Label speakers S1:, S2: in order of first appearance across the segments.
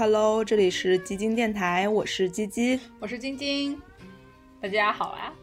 S1: Hello， 这里是基金电台，我是基基，
S2: 我是晶晶，大家好啊。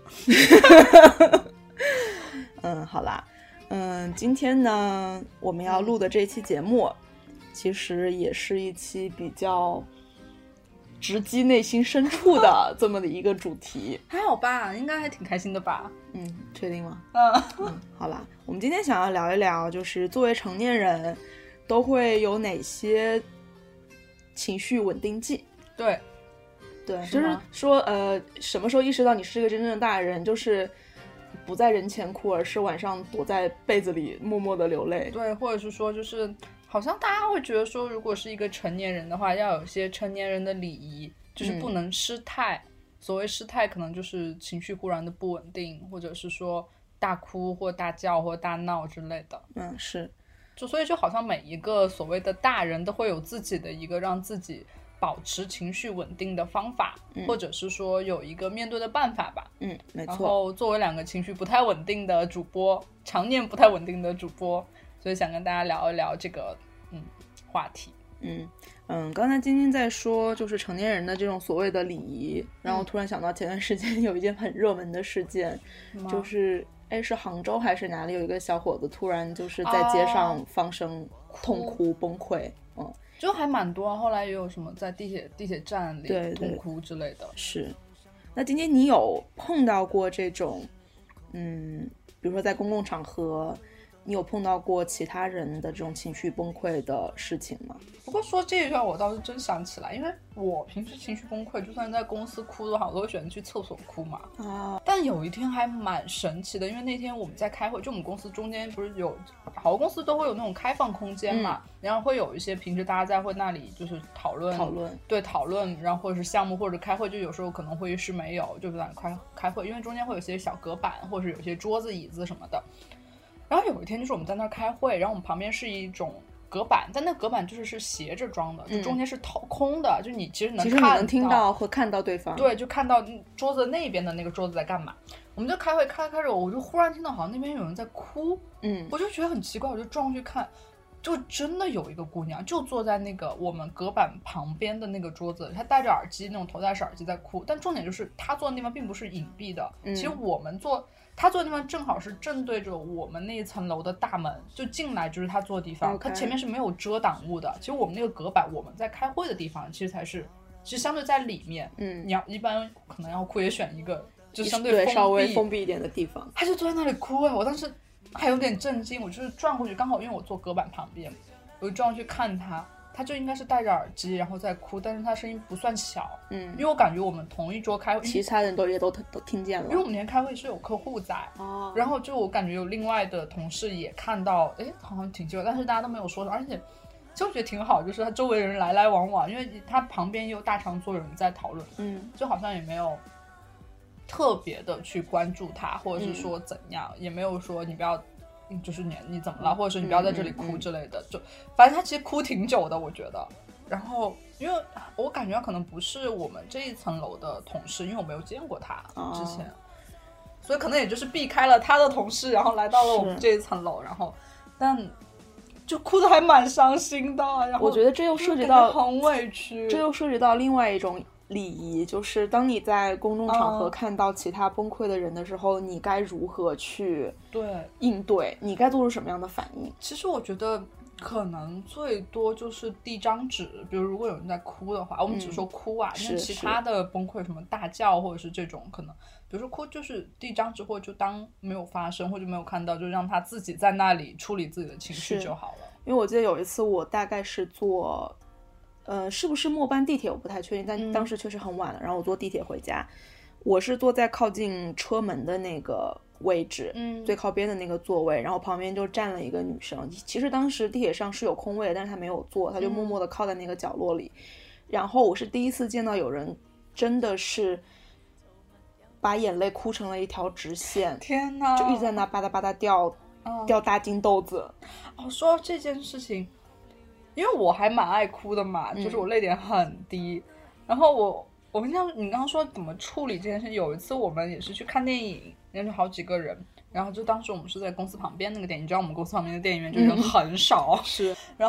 S1: 好啦，今天呢，我们要录的这期节目，其实也是一期比较直击内心深处的这么的一个主题。
S2: 还好吧，应该还挺开心的吧？
S1: 确定吗？好啦，我们今天想要聊一聊，就是作为成年人都会有哪些情绪稳定剂。
S2: 对，
S1: 就是说什么时候意识到你是一个真正的大人，就是不在人前哭，而是晚上躲在被子里默默的流泪。
S2: 对，或者是说就是好像大家会觉得说，如果是一个成年人的话，要有些成年人的礼仪，就是不能失态。所谓失态可能就是情绪忽然的不稳定，或者是说大哭或大叫或大闹之类的。
S1: 是，
S2: 所以就好像每一个所谓的大人都会有自己的一个让自己保持情绪稳定的方法，或者是说有一个面对的办法吧。
S1: 没错。
S2: 然后作为两个情绪不太稳定的主播，常年不太稳定的主播，所以想跟大家聊一聊这个话题。
S1: 刚才晶晶在说就是成年人的这种所谓的礼仪，然后突然想到前段时间有一件很热门的事件，就是是杭州还是哪里有一个小伙子突然就是在街上放声痛哭崩溃。
S2: 就还蛮多后来也有什么在地铁站里痛哭之类的。
S1: 是。那今天你有碰到过这种比如说在公共场合你有碰到过其他人的这种情绪崩溃的事情吗？
S2: 不过说这一段我倒是真想起来，因为我平时情绪崩溃就算在公司哭的话，我都会选择去厕所哭嘛。但有一天还蛮神奇的，因为那天我们在开会，就我们公司中间不是有好多公司都会有那种开放空间嘛，然后会有一些平时大家在会那里就是讨论，然后或者是项目或者开会，就有时候可能会议室没有，就在开会，因为中间会有些小隔板或者有些桌子椅子什么的。然后有一天就是我们在那儿开会，然后我们旁边是一种隔板，但那隔板就是斜着装的，就中间是空的，就你其实能
S1: 听到和看到对方。
S2: 对，就看到桌子那边的那个桌子在干嘛。我们就开会开着，我就忽然听到好像那边有人在哭。我就觉得很奇怪，我就撞过去看，就真的有一个姑娘就坐在那个我们隔板旁边的那个桌子，她戴着耳机，那种头戴式耳机在哭。但重点就是她坐的地方并不是隐蔽的，其实她坐的地方正好是正对着我们那一层楼的大门，就进来就是她坐的地方。她前面是没有遮挡物的。其实我们那个隔板，我们在开会的地方其实相对在里面。你要一般可能要哭也选一个就相对
S1: 稍微封闭一点的地方。
S2: 她就坐在那里哭。我当时还有点震惊，我就是转过去，刚好因为我坐隔板旁边，我就转过去看她就应该是戴着耳机然后在哭，但是她声音不算小。因为我感觉我们同一桌开会，
S1: 其他人也都听见了，
S2: 因为我们那天开会是有客户在。然后就我感觉有另外的同事也看到，好像挺久，但是大家都没有说什么，而且就觉得挺好，就是他周围人来来往往，因为他旁边也有大长桌人在讨论。就好像也没有特别的去关注他，或者是说怎样，也没有说你不要就是你怎么了，或者是你不要在这里哭之类的。就反正他其实哭挺久的我觉得。然后因为我感觉可能不是我们这一层楼的同事，因为我没有见过他之前，所以可能也就是避开了他的同事，然后来到了我们这一层楼，然后但就哭得还蛮伤心的。然后
S1: 我觉得这又涉及到
S2: 很委屈，
S1: 这又涉及到另外一种礼仪，就是当你在公众场合看到其他崩溃的人的时候，你该如何去应对，你该做出什么样的反应。
S2: 其实我觉得可能最多就是递张纸，比如如果有人在哭的话，我们只说哭啊，因为其他的崩溃什么大叫或者是这种可能比如说哭就是递张纸，或者就当没有发生或者没有看到，就让他自己在那里处理自己的情绪就好了。
S1: 因为我记得有一次我大概是坐是不是末班地铁我不太确定，但当时确实很晚了，然后我坐地铁回家，我是坐在靠近车门的那个位置，最靠边的那个座位，然后旁边就站了一个女生。其实当时地铁上是有空位，但是她没有坐，她就默默地靠在那个角落里。然后我是第一次见到有人真的是把眼泪哭成了一条直线，
S2: 天哪，
S1: 就一直在那吧嗒吧嗒掉大金豆子。
S2: 说到这件事情，因为我还蛮爱哭的嘛，就是我泪点很低。然后我跟你刚刚说怎么处理这件事，有一次我们也是去看电影，然后好几个人，然后就当时我们是在公司旁边那个电影，你知道我们公司旁边的电影院就人很少，
S1: 是。
S2: 然后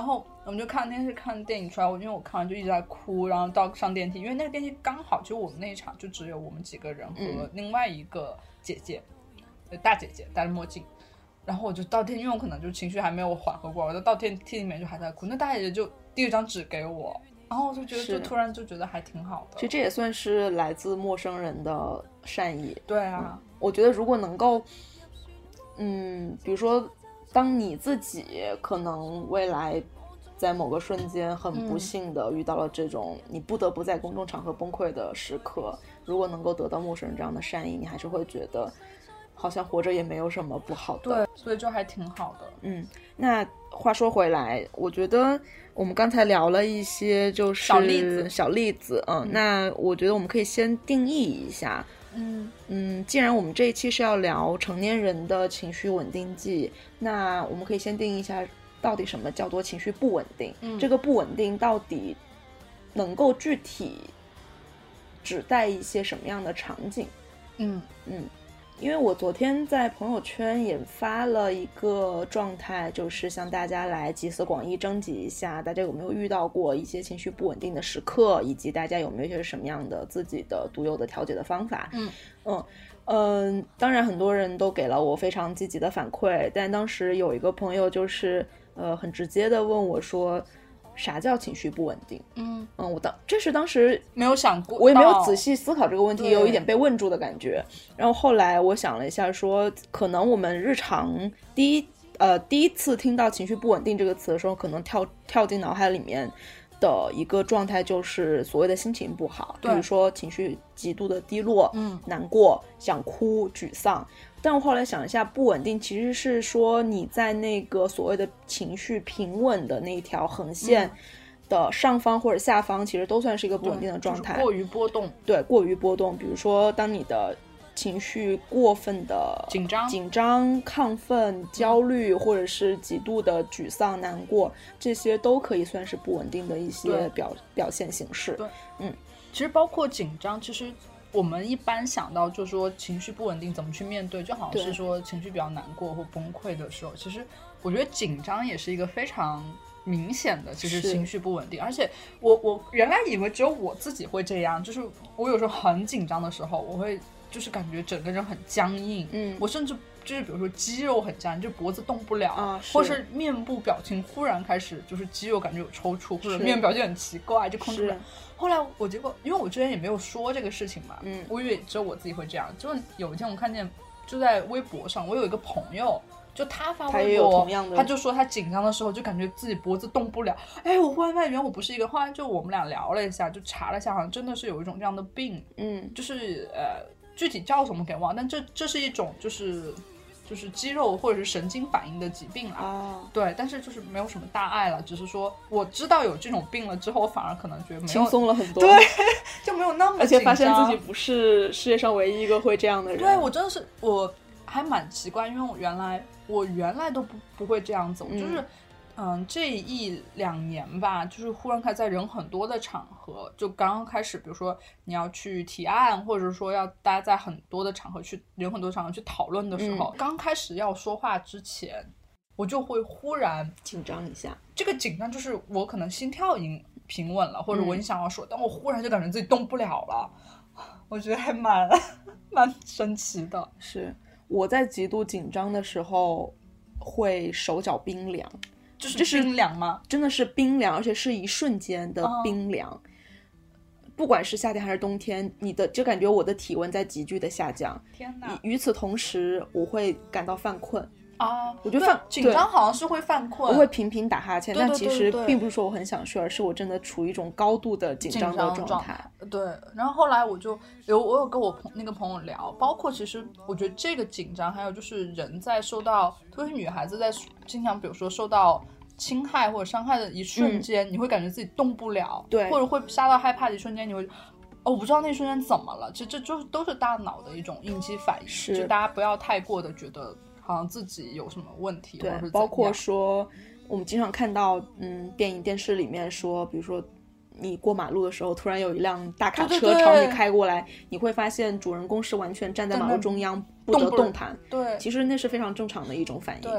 S2: 我们就看电视看电影出来，因为我看完就一直在哭，然后到上电梯，因为那个电梯刚好就我们那一场就只有我们几个人和另外一个姐姐，大姐姐戴着墨镜，然后我就到电梯，因为我可能就情绪还没有缓和过来，我就到电梯里面就还在哭，那大姐姐就递了张纸给我，然后我就觉得就突然就觉得还挺好的。
S1: 其实这也算是来自陌生人的善意。
S2: 对啊，
S1: 我觉得如果能够比如说当你自己可能未来在某个瞬间很不幸的遇到了这种你不得不在公众场合崩溃的时刻，如果能够得到陌生人这样的善意，你还是会觉得好像活着也没有什么不好的。
S2: 对，所以就还挺好的。
S1: 那话说回来，我觉得我们刚才聊了一些就是小例子，那我觉得我们可以先定义一下。既然我们这一期是要聊成年人的情绪稳定剂，那我们可以先定义一下到底什么叫做情绪不稳定。这个不稳定到底能够具体指代一些什么样的场景？因为我昨天在朋友圈也发了一个状态，就是向大家来集思广益征集一下大家有没有遇到过一些情绪不稳定的时刻，以及大家有没有一些什么样的自己的独有的调节的方法。当然很多人都给了我非常积极的反馈，但当时有一个朋友就是很直接的问我说啥叫情绪不稳定？这是当时
S2: 没有想过，
S1: 我也没有仔细思考这个问题，有一点被问住的感觉。然后后来我想了一下说，可能我们日常第一次听到情绪不稳定这个词的时候，可能跳进脑海里面的一个状态就是所谓的心情不好，比如说情绪极度的低落，难过、想哭、沮丧。但我后来想一下，不稳定其实是说你在那个所谓的情绪平稳的那条横线的上方或者下方，其实都算是一个不稳定的状态，
S2: 就是过于波动。
S1: 对，过于波动。比如说当你的情绪过分的紧张、亢奋、焦虑，或者是极度的沮丧、难过，这些都可以算是不稳定的一些表现形式。
S2: 对，其实包括紧张，其实我们一般想到就是说情绪不稳定怎么去面对，就好像是说情绪比较难过或崩溃的时候，其实我觉得紧张也是一个非常明显的其实情绪不稳定。而且我原来以为只有我自己会这样，就是我有时候很紧张的时候，我会就是感觉整个人很僵硬，我甚至就是比如说肌肉很僵，就脖子动不了，或是面部表情忽然开始就是肌肉感觉有抽搐，或者面部表情很奇怪，就控制不了。后来我结果因为我之前也没有说这个事情嘛，我以为只有我自己会这样。就有一天我看见就在微博上，我有一个朋友，就他发微博，他就说他紧张的时候就感觉自己脖子动不了。我忽然发现原来我不是一个，后来就我们俩聊了一下，就查了一下，好像真的是有一种这样的病，就是具体叫什么给忘，但这是一种就是肌肉或者是神经反应的疾病啦，对，但是就是没有什么大碍了，只是说我知道有这种病了之后，反而可能觉得
S1: 轻松了很多，
S2: 对，就没有那么紧张，
S1: 而且发现自己不是世界上唯一一个会这样的人。
S2: 对，我真的是我还蛮奇怪，因为我原来都不会这样子，我就是这1-2年吧，就是忽然开始在人很多的场合，就刚刚开始，比如说你要去提案，或者说要大家在很多的场合去人很多场合去讨论的时候，刚开始要说话之前，我就会忽然
S1: 紧张一下。
S2: 这个紧张就是我可能心跳已经平稳了，或者我已经想要说，但我忽然就感觉自己动不了了，我觉得还蛮神奇的。
S1: 是我在极度紧张的时候会手脚冰凉。
S2: 就是冰凉吗？
S1: 真的是冰凉，而且是一瞬间的冰凉。不管是夏天还是冬天，就感觉我的体温在急剧的下降。
S2: 天哪！
S1: 与此同时，我会感到犯困。
S2: 我觉得紧张好像是会犯困，
S1: 我会频频打哈欠，但其实并不是说我很想睡，而是我真的处于一种高度的紧张的状态。
S2: 对，然后后来我有跟我那个朋友聊，包括其实我觉得这个紧张，还有就是人在受到，特别是女孩子在经常比如说受到侵害或者伤害的一瞬间，你会感觉自己动不了，
S1: 对，
S2: 或者会杀到害怕的一瞬间，你会我不知道那瞬间怎么了，其实这就都是大脑的一种应激反应，就大家不要太过的觉得好像自己有什么问题，
S1: 对，
S2: 或者是
S1: 包括说我们经常看到电影电视里面说，比如说你过马路的时候突然有一辆大卡车朝你开过来，你会发现主人公是完全站在马路中央不得动弹，
S2: 对，
S1: 其实那是非常正常的一种反应。
S2: 对，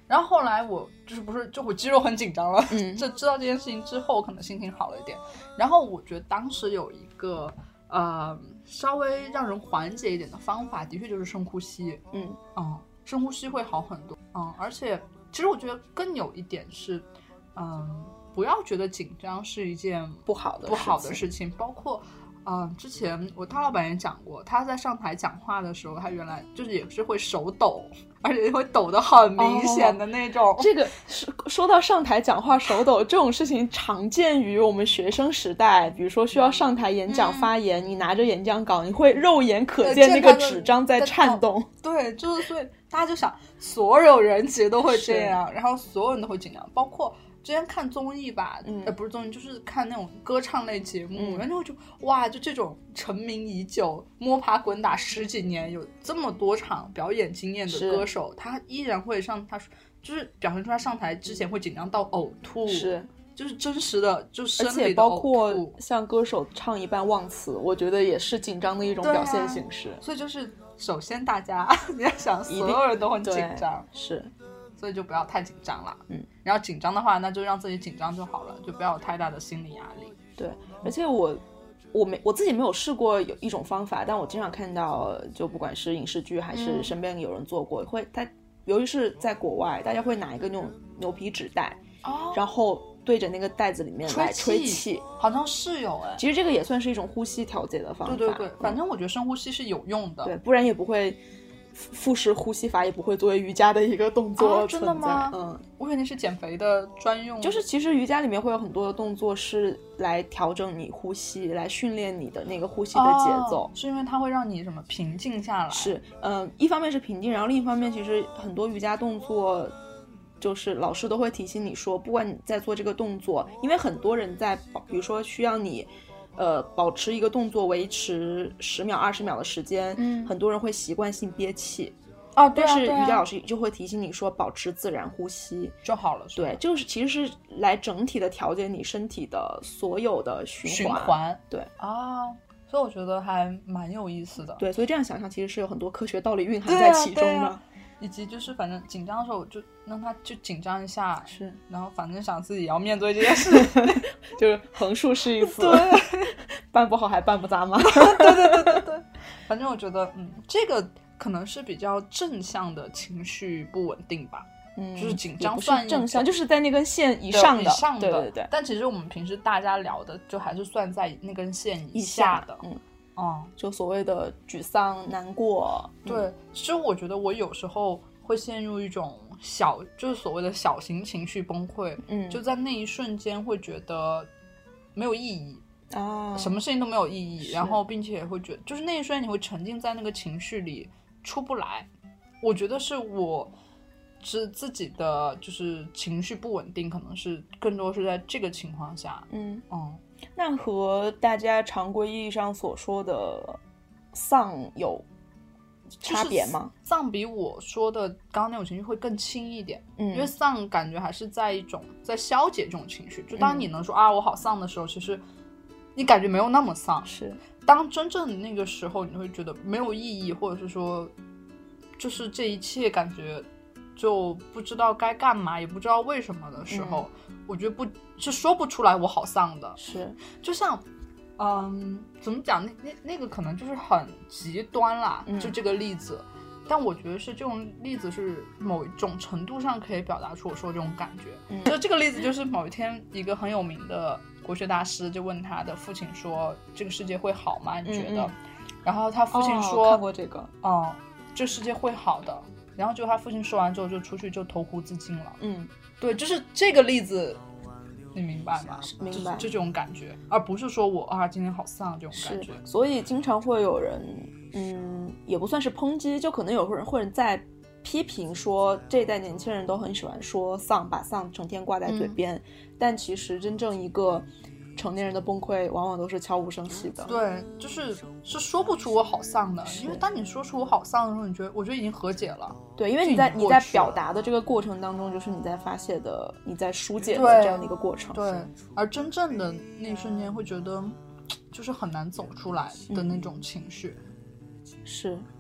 S2: 然后后来我就我肌肉很紧张了，
S1: 就
S2: 知道这件事情之后，可能心情好了一点。然后我觉得当时有一个稍微让人缓解一点的方法，的确就是深呼吸。深呼吸会好很多。而且其实我觉得更有一点是，不要觉得紧张是一件
S1: 不好的
S2: 事情，包括。之前我大老板也讲过，他在上台讲话的时候，他原来就是也是会手抖，而且会抖得很明显的那种。
S1: 这个说到上台讲话手抖这种事情，常见于我们学生时代，比如说需要上台演讲发言，你拿着演讲稿，你会肉眼可见那个纸张在颤动。
S2: 对，就是所以大家就想，所有人其实都会这样，然后所有人都会紧张，包括。之前看综艺吧，不是综艺，就是看那种歌唱类节目，然后就哇，就这种成名已久、摸爬滚打10几年，有这么多场表演经验的歌手，他依然会他就是表现出他上台之前会紧张到呕吐，就是真实的，就生理的呕吐。而且
S1: 包括像歌手唱一半忘词，我觉得也是紧张的一种表现形式。
S2: 所以就是首先大家你要想，所有人都很紧张，
S1: 是。
S2: 所以就不要太紧张了，然后紧张的话，那就让自己紧张就好了，就不要有太大的心理压力。
S1: 对，而且我自己没有试过有一种方法，但我经常看到，就不管是影视剧还是身边有人做过，尤其是在国外，大家会拿一个那种牛皮纸袋，然后对着那个袋子里面来吹气，
S2: 好像是有
S1: 其实这个也算是一种呼吸调节的方法。
S2: 对，反正我觉得深呼吸是有用的，
S1: 对，不然也不会。腹式呼吸法也不会作为瑜伽的一个动作存在。真的
S2: 吗？我以为那是减肥的专用。
S1: 就是其实瑜伽里面会有很多的动作是来调整你呼吸，来训练你的那个呼吸的节奏。
S2: 是因为它会让你什么平静下来？
S1: 是，一方面是平静，然后另一方面其实很多瑜伽动作就是老师都会提醒你说，不管你在做这个动作，因为很多人在比如说需要你保持一个动作维持10秒20秒的时间，很多人会习惯性憋气。但是瑜伽老师就会提醒你说保持自然呼吸
S2: 就好了。
S1: 对，就是其实是来整体的调节你身体的所有的循环。对
S2: 所以我觉得还蛮有意思的。
S1: 对，所以这样想想其实是有很多科学道理蕴含在其中的。
S2: 以及就是反正紧张的时候就让他就紧张一下，
S1: 是，
S2: 然后反正想自己也要面对这件事
S1: 就是横竖试一次，办不好还办不砸嘛。
S2: 对，反正我觉得这个可能是比较正向的情绪不稳定吧。就是紧张算
S1: 不是正向，就是在那根线以上的。对。
S2: 但其实我们平时大家聊的就还是算在那根线以下的。
S1: 就所谓的沮丧难过。
S2: 对，其实我觉得我有时候会陷入一种就是所谓的小型情绪崩溃。就在那一瞬间会觉得没有意义什么事情都没有意义，然后并且会觉得就是那一瞬间你会沉浸在那个情绪里出不来。我觉得是我自己的就是情绪不稳定，可能是更多是在这个情况下。
S1: 那和大家常规意义上所说的丧有差别吗？
S2: 丧比我说的刚刚那种情绪会更轻一点。因为丧感觉还是在消解这种情绪。就当你能说我好丧的时候，其实你感觉没有那么丧。
S1: 是，
S2: 当真正那个时候你会觉得没有意义，或者是说就是这一切感觉就不知道该干嘛，也不知道为什么的时候，我觉得是说不出来我好丧的。
S1: 是，
S2: 就像怎么讲，那个可能就是很极端啦，就这个例子。但我觉得是这种例子是某一种程度上可以表达出我说这种感觉。就这个例子就是某一天一个很有名的国学大师就问他的父亲说，这个世界会好吗？你觉得？然后他父亲说，
S1: 看过这个，
S2: 这世界会好的。然后就他父亲说完之后就出去就投湖自尽了。对，就是这个例子你明白吗？
S1: 明白，
S2: 就这种感觉，而不是说我今天好丧这种感觉。
S1: 所以经常会有人也不算是抨击，就可能有人会在批评说这一代年轻人都很喜欢说丧，把丧成天挂在嘴边。但其实真正一个成年人的崩溃往往都是悄无声息的。
S2: 对，就是说不出我好丧的。因为当你说出我好丧的时候，我觉得已经和解了。
S1: 对，因为你在表达的这个过程当中，就是你在发泄的，你在疏解的这样的一个过程。
S2: 对，而真正的那一瞬间会觉得就是很难走出来的那种情绪。
S1: 是，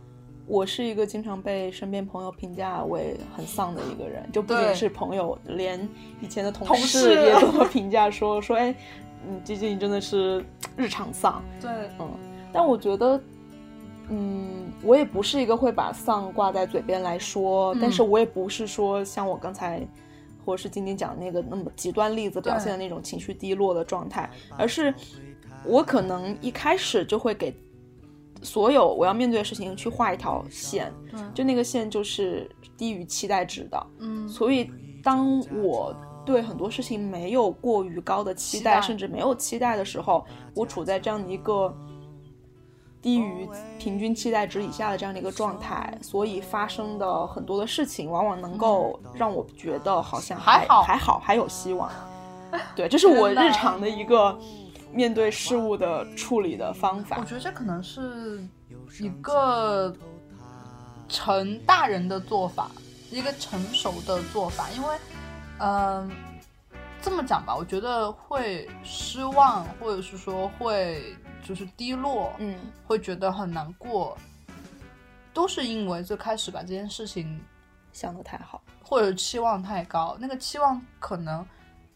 S1: 我是一个经常被身边朋友评价为很丧的一个人，就不仅是朋友，连以前的同事也这么评价说哎，基金真的是日常丧。
S2: 对，
S1: 但我觉得我也不是一个会把丧挂在嘴边来说，但是我也不是说像我刚才或者是今天讲那个那么极端例子表现的那种情绪低落的状态，而是我可能一开始就会给所有我要面对的事情去画一条线，就那个线就是低于期待值的。所以当我对很多事情没有过于高的期待，甚至没有期待的时候，我处在这样的一个低于平均期待值以下的这样的一个状态，所以发生的很多的事情往往能够让我觉得好像还好还有希望。对，这是我日常的一个面对事物的处理的方法。
S2: 我觉得这可能是一个成大人的做法，一个成熟的做法。因为这么讲吧，我觉得会失望，或者是说会就是低落，会觉得很难过，都是因为最开始把这件事情
S1: 想得太好，
S2: 或者期望太高。那个期望可能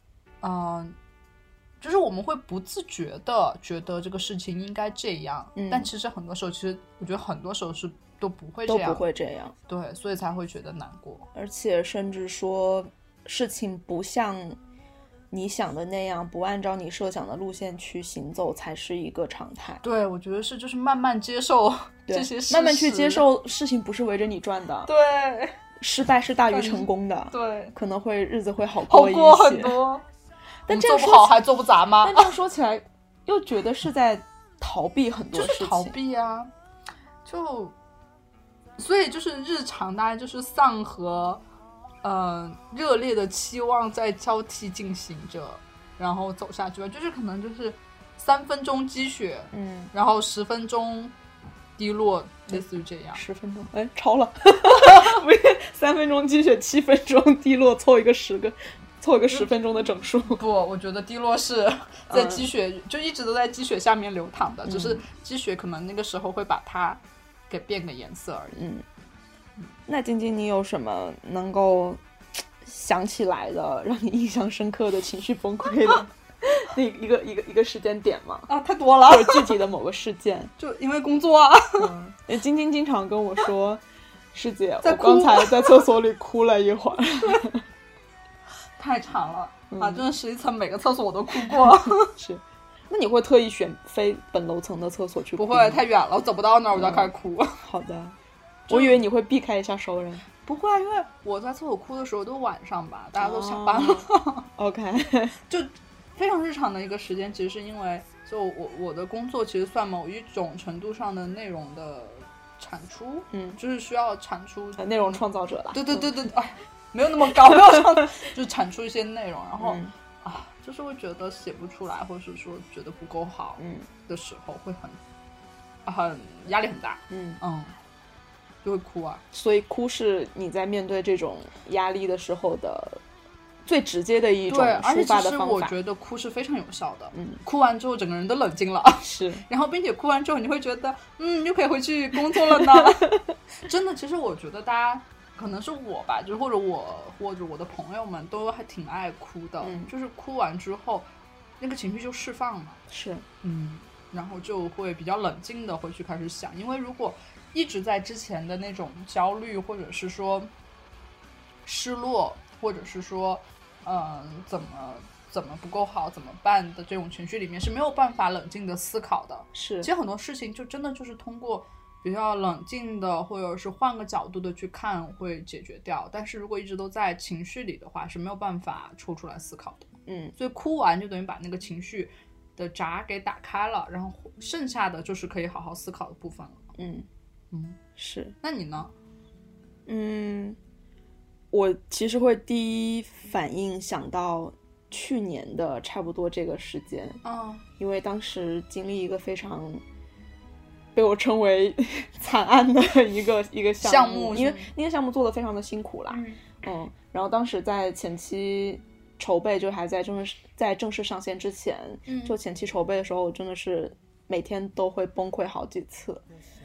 S2: 就是我们会不自觉的觉得这个事情应该这样，但其实很多时候，其实我觉得很多时候是都不会这样，对，所以才会觉得难过。
S1: 而且甚至说事情不像你想的那样，不按照你设想的路线去行走才是一个常态。
S2: 对，我觉得是就是慢慢接受这些事实，
S1: 慢慢去接受事情不是围着你转的，
S2: 对，
S1: 失败是大于成功的，
S2: 对，
S1: 可能会日子会好过一些，
S2: 好过很多。但这样做不好还做不砸吗？
S1: 但这样说起来又觉得是在逃避很多事情，
S2: 就是逃避啊，所以就是日常大概就是丧和热烈的期望在交替进行着，然后走下去吧。就是可能就是3分钟积雪，然后10分钟低落，类似于这样。
S1: 10分钟，哎，超了，不是3分钟积雪，7分钟低落，凑一个10分钟的整数。
S2: 不，我觉得低落是在积雪，就一直都在积雪下面流淌的，只是积雪可能那个时候会把它给变个颜色而已。
S1: 那晶晶，你有什么能够想起来的让你印象深刻的情绪崩溃的那一个时间点吗？
S2: 太多了，
S1: 或者具体的某个事件。
S2: 就因为工作啊。
S1: 晶晶经常跟我说，师姐，我刚才在厕所里哭了一会儿。
S2: 太长了真的11层每个厕所我都哭过。
S1: 是，那你会特意选非本楼层的厕所去哭吗？
S2: 不会，太远了，我走不到那儿我就要开始哭。
S1: 好的，我以为你会避开一下熟人。
S2: 不会，因为我在厕所哭的时候都晚上吧，大家都下班了。
S1: OK，
S2: 就非常日常的一个时间，其实是因为就我的工作其实算某一种程度上的内容的产出，就是需要产出
S1: 内容创造者了。
S2: 对，哎。没有那么高，没有上，就是产出一些内容，然后就是会觉得写不出来，或者是说觉得不够好的时候，会很压力很大，就会哭啊。
S1: 所以哭是你在面对这种压力的时候的最直接的一种抒发的方法。而且其实
S2: 我觉得哭是非常有效的，哭完之后整个人都冷静了，
S1: 是，
S2: 然后并且哭完之后你会觉得又可以回去工作了呢。真的，其实我觉得大家。可能是我吧，就是或者我的朋友们都还挺爱哭的，就是哭完之后那个情绪就释放嘛，
S1: 是，
S2: 然后就会比较冷静的回去开始想，因为如果一直在之前的那种焦虑或者是说失落，或者是说怎么不够好怎么办的这种情绪里面是没有办法冷静的思考的。
S1: 是，
S2: 其实很多事情就真的就是通过比较冷静的或者是换个角度的去看会解决掉，但是如果一直都在情绪里的话是没有办法抽出来思考的。所以哭完就等于把那个情绪的闸给打开了，然后剩下的就是可以好好思考的部分了。
S1: 是。
S2: 那你呢？
S1: 我其实会第一反应想到去年的差不多这个时间，因为当时经历一个非常被我称为惨案的一个项目，因为那个项目做得非常的辛苦啦，然后当时在前期筹备，就还在正式上线之前，就前期筹备的时候，我真的是每天都会崩溃好几次，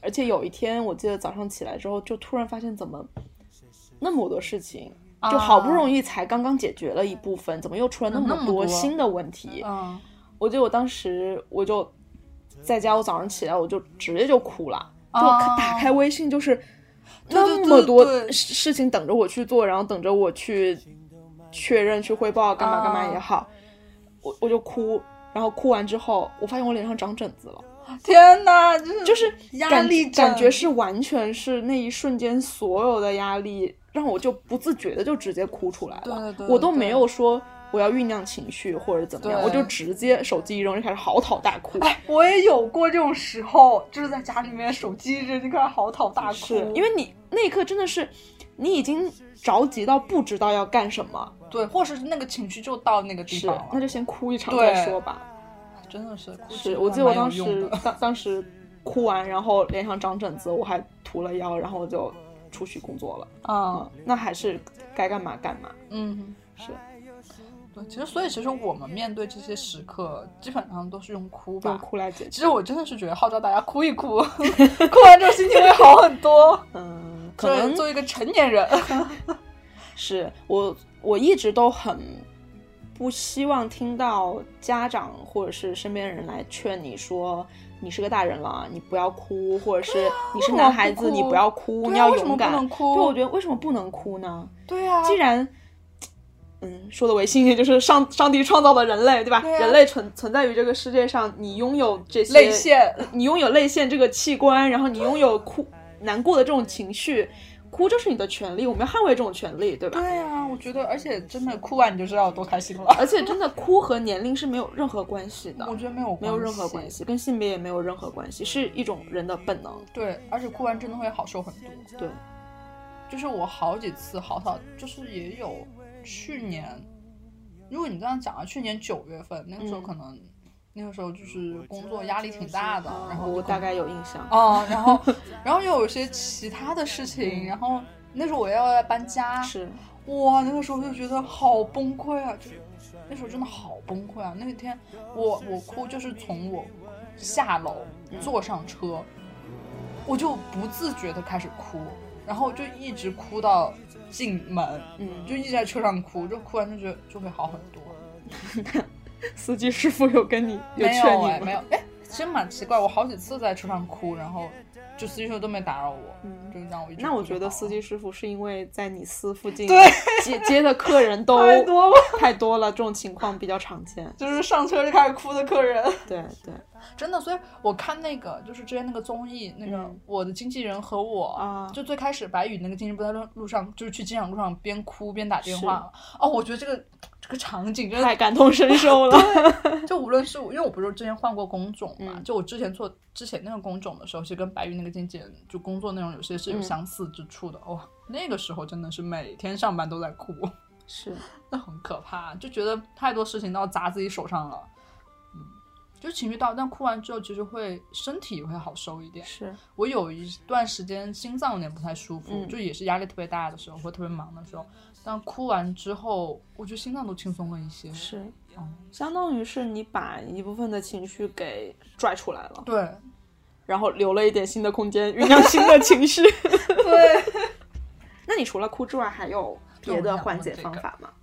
S1: 而且有一天我记得早上起来之后就突然发现怎么那么多事情，就好不容易才刚刚解决了一部分，怎么又出了那么多新的问题。我记得我当时我就在家，我早上起来我就直接就哭了，就打开微信就是那么多事情等着我去做，然后等着我去确认去汇报干嘛干嘛也好，我就哭，然后哭完之后我发现我脸上长疹子了。
S2: 天哪，
S1: 就是
S2: 压力
S1: 感觉是完全是那一瞬间所有的压力让我就不自觉的就直接哭出来了。
S2: 对，
S1: 我都没有说我要酝酿情绪或者怎么样，我就直接手机一扔就开始嚎啕大哭。
S2: 我也有过这种时候，就是在家里面手机一扔就开始嚎啕大哭。
S1: 是因为你那一刻真的是你已经着急到不知道要干什么，
S2: 对，或者是那个情绪就到那个地方了，
S1: 那就先哭一场再说吧。
S2: 真的是哭，
S1: 是我记得我当时哭完，然后脸上长疹子，我还涂了药，然后我就出去工作了。那还是该干嘛干嘛。是。
S2: 对，其实我们面对这些时刻，基本上都是用哭吧，
S1: 用哭来解决。
S2: 其实我真的是觉得号召大家哭一哭，哭完之后心情会好很多。
S1: 可能
S2: 做一个成年人。
S1: 是我一直都很不希望听到家长或者是身边人来劝你说你是个大人了，你不要哭，或者是你是男孩子，你不要哭，你要勇敢。对，我觉得为什么不能哭呢？
S2: 对啊，
S1: 既然说的违心一点，就是上帝创造的人类，对吧？人类存在于这个世界上，你拥有这些
S2: 泪腺，
S1: 你拥有泪腺这个器官，然后你拥有难过的这种情绪。哭就是你的权利，我们要捍卫这种权利，对吧？
S2: 对啊，我觉得，而且真的哭完你就知道有多开心了。
S1: 而且真的哭和年龄是没有任何关系的，
S2: 我觉得没有
S1: 任何关系，跟性别也没有任何关系，是一种人的本能。
S2: 对，而且哭完真的会好受很多。
S1: 对，
S2: 就是我好几次就是也有去年，如果你这样讲啊，去年9月份那个时候可能。那个时候就是工作压力挺大的，然后
S1: 我大概有印象。
S2: 然后又有些其他的事情，然后那时候我要搬家，
S1: 是
S2: 哇，那个时候就觉得好崩溃啊！就那时候真的好崩溃啊！那天我哭，就是从我下楼坐上车，我就不自觉的开始哭，然后就一直哭到进门，就一直在车上哭，就哭完就觉得就会好很多。
S1: 司机师傅有劝你吗？
S2: 没有，真蛮奇怪，我好几次在车上哭，然后就司机师傅都没打扰我，就是让我一直哭。
S1: 那我觉得司机师傅是因为在你司附近
S2: 对
S1: 接的客人都太多了，这种情况比较常见，
S2: 就是上车就开始哭的客人。
S1: 对，
S2: 真的，所以我看那个就是之前那个综艺，那个我的经纪人和我，就最开始白宇那个经纪人不在路上，就是去机场路上边哭边打电话，我觉得这个场景真的
S1: 太感同身受了。
S2: 就无论是因为我不是之前换过工种嘛，就我之前做之前那个工种的时候，其实跟白宇那个经纪人就工作内容有些是有相似之处的。哇，那个时候真的是每天上班都在哭，
S1: 是，
S2: 那很可怕，就觉得太多事情都要砸自己手上了。就是情绪到，但哭完之后其实身体也会好受一点。
S1: 是
S2: 我有一段时间心脏有点不太舒服，就也是压力特别大的时候或特别忙的时候，但哭完之后我觉得心脏都轻松了一些。
S1: 是，相当于是你把一部分的情绪给拽出来了，
S2: 对，
S1: 然后留了一点新的空间酝酿新的情绪。
S2: 对。
S1: 那你除了哭之外还有别的缓解方法吗？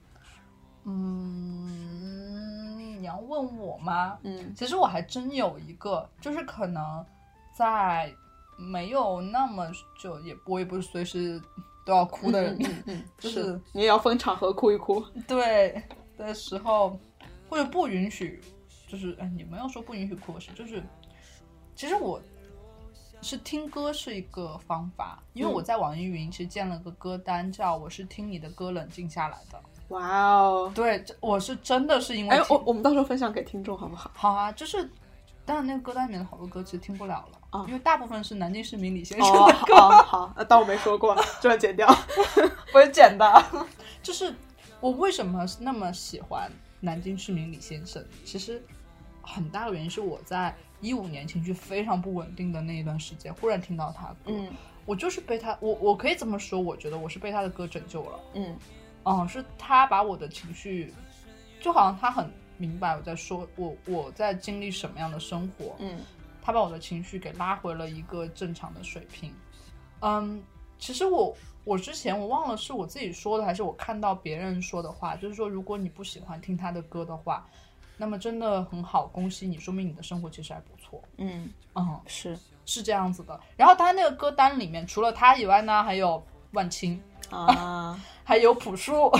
S2: 你要问我吗？其实我还真有一个，就是可能在没有那么久，我也不是随时都要哭的人，就是
S1: 你也要分场合哭一哭。
S2: 对的时候，或者不允许，就是你们要说不允许哭的事，就是其实我是听歌是一个方法，因为我在网易云其实建了个歌单，叫我是听你的歌冷静下来的。
S1: 哇哦，
S2: 对，我是真的是因为
S1: 我们到时候分享给听众好不好？
S2: 好啊，就是当然那个歌单里面的好多歌其实听不了了，因为大部分是南京市民李先生的歌。
S1: 好，当我没说过，这样剪掉。
S2: 不会剪的。就是我为什么那么喜欢南京市民李先生，其实很大的原因是我在15年情绪非常不稳定的那一段时间，忽然听到他的歌，我就是被他，我可以这么说，我觉得我是被他的歌拯救了。是他把我的情绪，就好像他很明白我在说我在经历什么样的生活， 他把我的情绪给拉回了一个正常的水平。其实我之前我忘了是我自己说的还是我看到别人说的话，就是说如果你不喜欢听他的歌的话，那么真的很好，恭喜你，说明你的生活其实还不错。是这样子的。然后他那个歌单里面除了他以外呢，还有万青还有朴树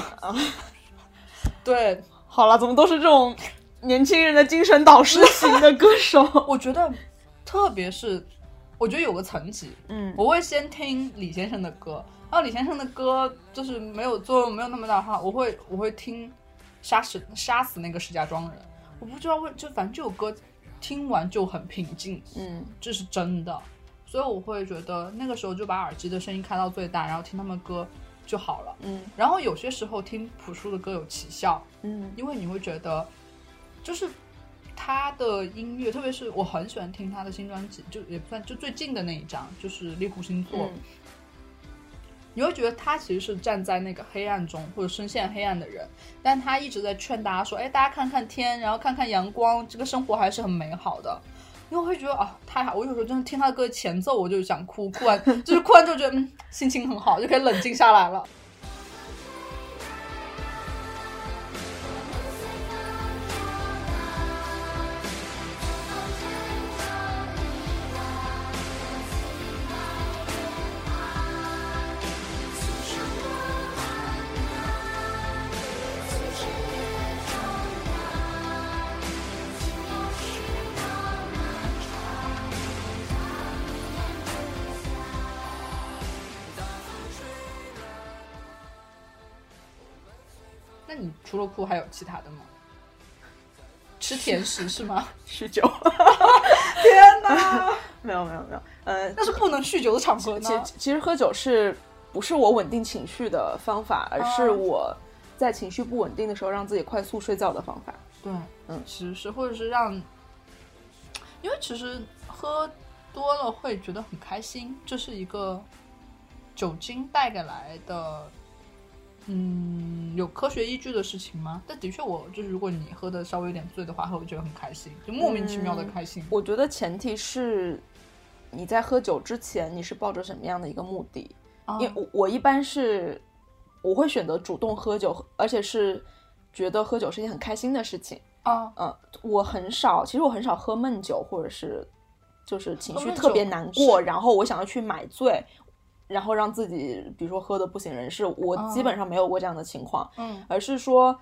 S2: 对，
S1: 好了，怎么都是这种年轻人的精神导师型的歌手
S2: 我觉得特别是我觉得有个层级，我会先听李先生的歌，然后李先生的歌就是没有作用没有那么大的话，我会听杀死那个石家庄人，我不知道就反正这首歌听完就很平静，这是真的，所以我会觉得那个时候就把耳机的声音开到最大，然后听他们歌就好了。然后有些时候听朴树的歌有奇效，因为你会觉得就是他的音乐，特别是我很喜欢听他的新专辑，就也不算就最近的那一张，就是猎户星座，你会觉得他其实是站在那个黑暗中或者深陷黑暗的人，但他一直在劝大家说，哎，大家看看天，然后看看阳光，这个生活还是很美好的。因为我会觉得啊，太好，我有时候真的听他的歌前奏我就想哭，哭完就觉得心情很好，就可以冷静下来了。那你除了哭还有其他的吗？吃甜食是吗？
S1: 酗酒
S2: 天哪
S1: 没有
S2: 那是不能酗酒的场合呢。
S1: 其实喝酒不是我稳定情绪的方法，而是我在情绪不稳定的时候让自己快速睡觉的方法。
S2: 对，其实是或者是让，因为其实喝多了会觉得很开心，这是一个酒精带给来的有科学依据的事情吗？但的确我就是如果你喝的稍微有点醉的话，会觉得很开心，就莫名其妙的开心。
S1: 我觉得前提是你在喝酒之前你是抱着什么样的一个目的，因为我一般是我会选择主动喝酒，而且是觉得喝酒是一件很开心的事情我很少喝闷酒，或者是就是情绪特别难过，然后我想要去买醉，然后让自己比如说喝得不省人事，我基本上没有过这样的情况，而是说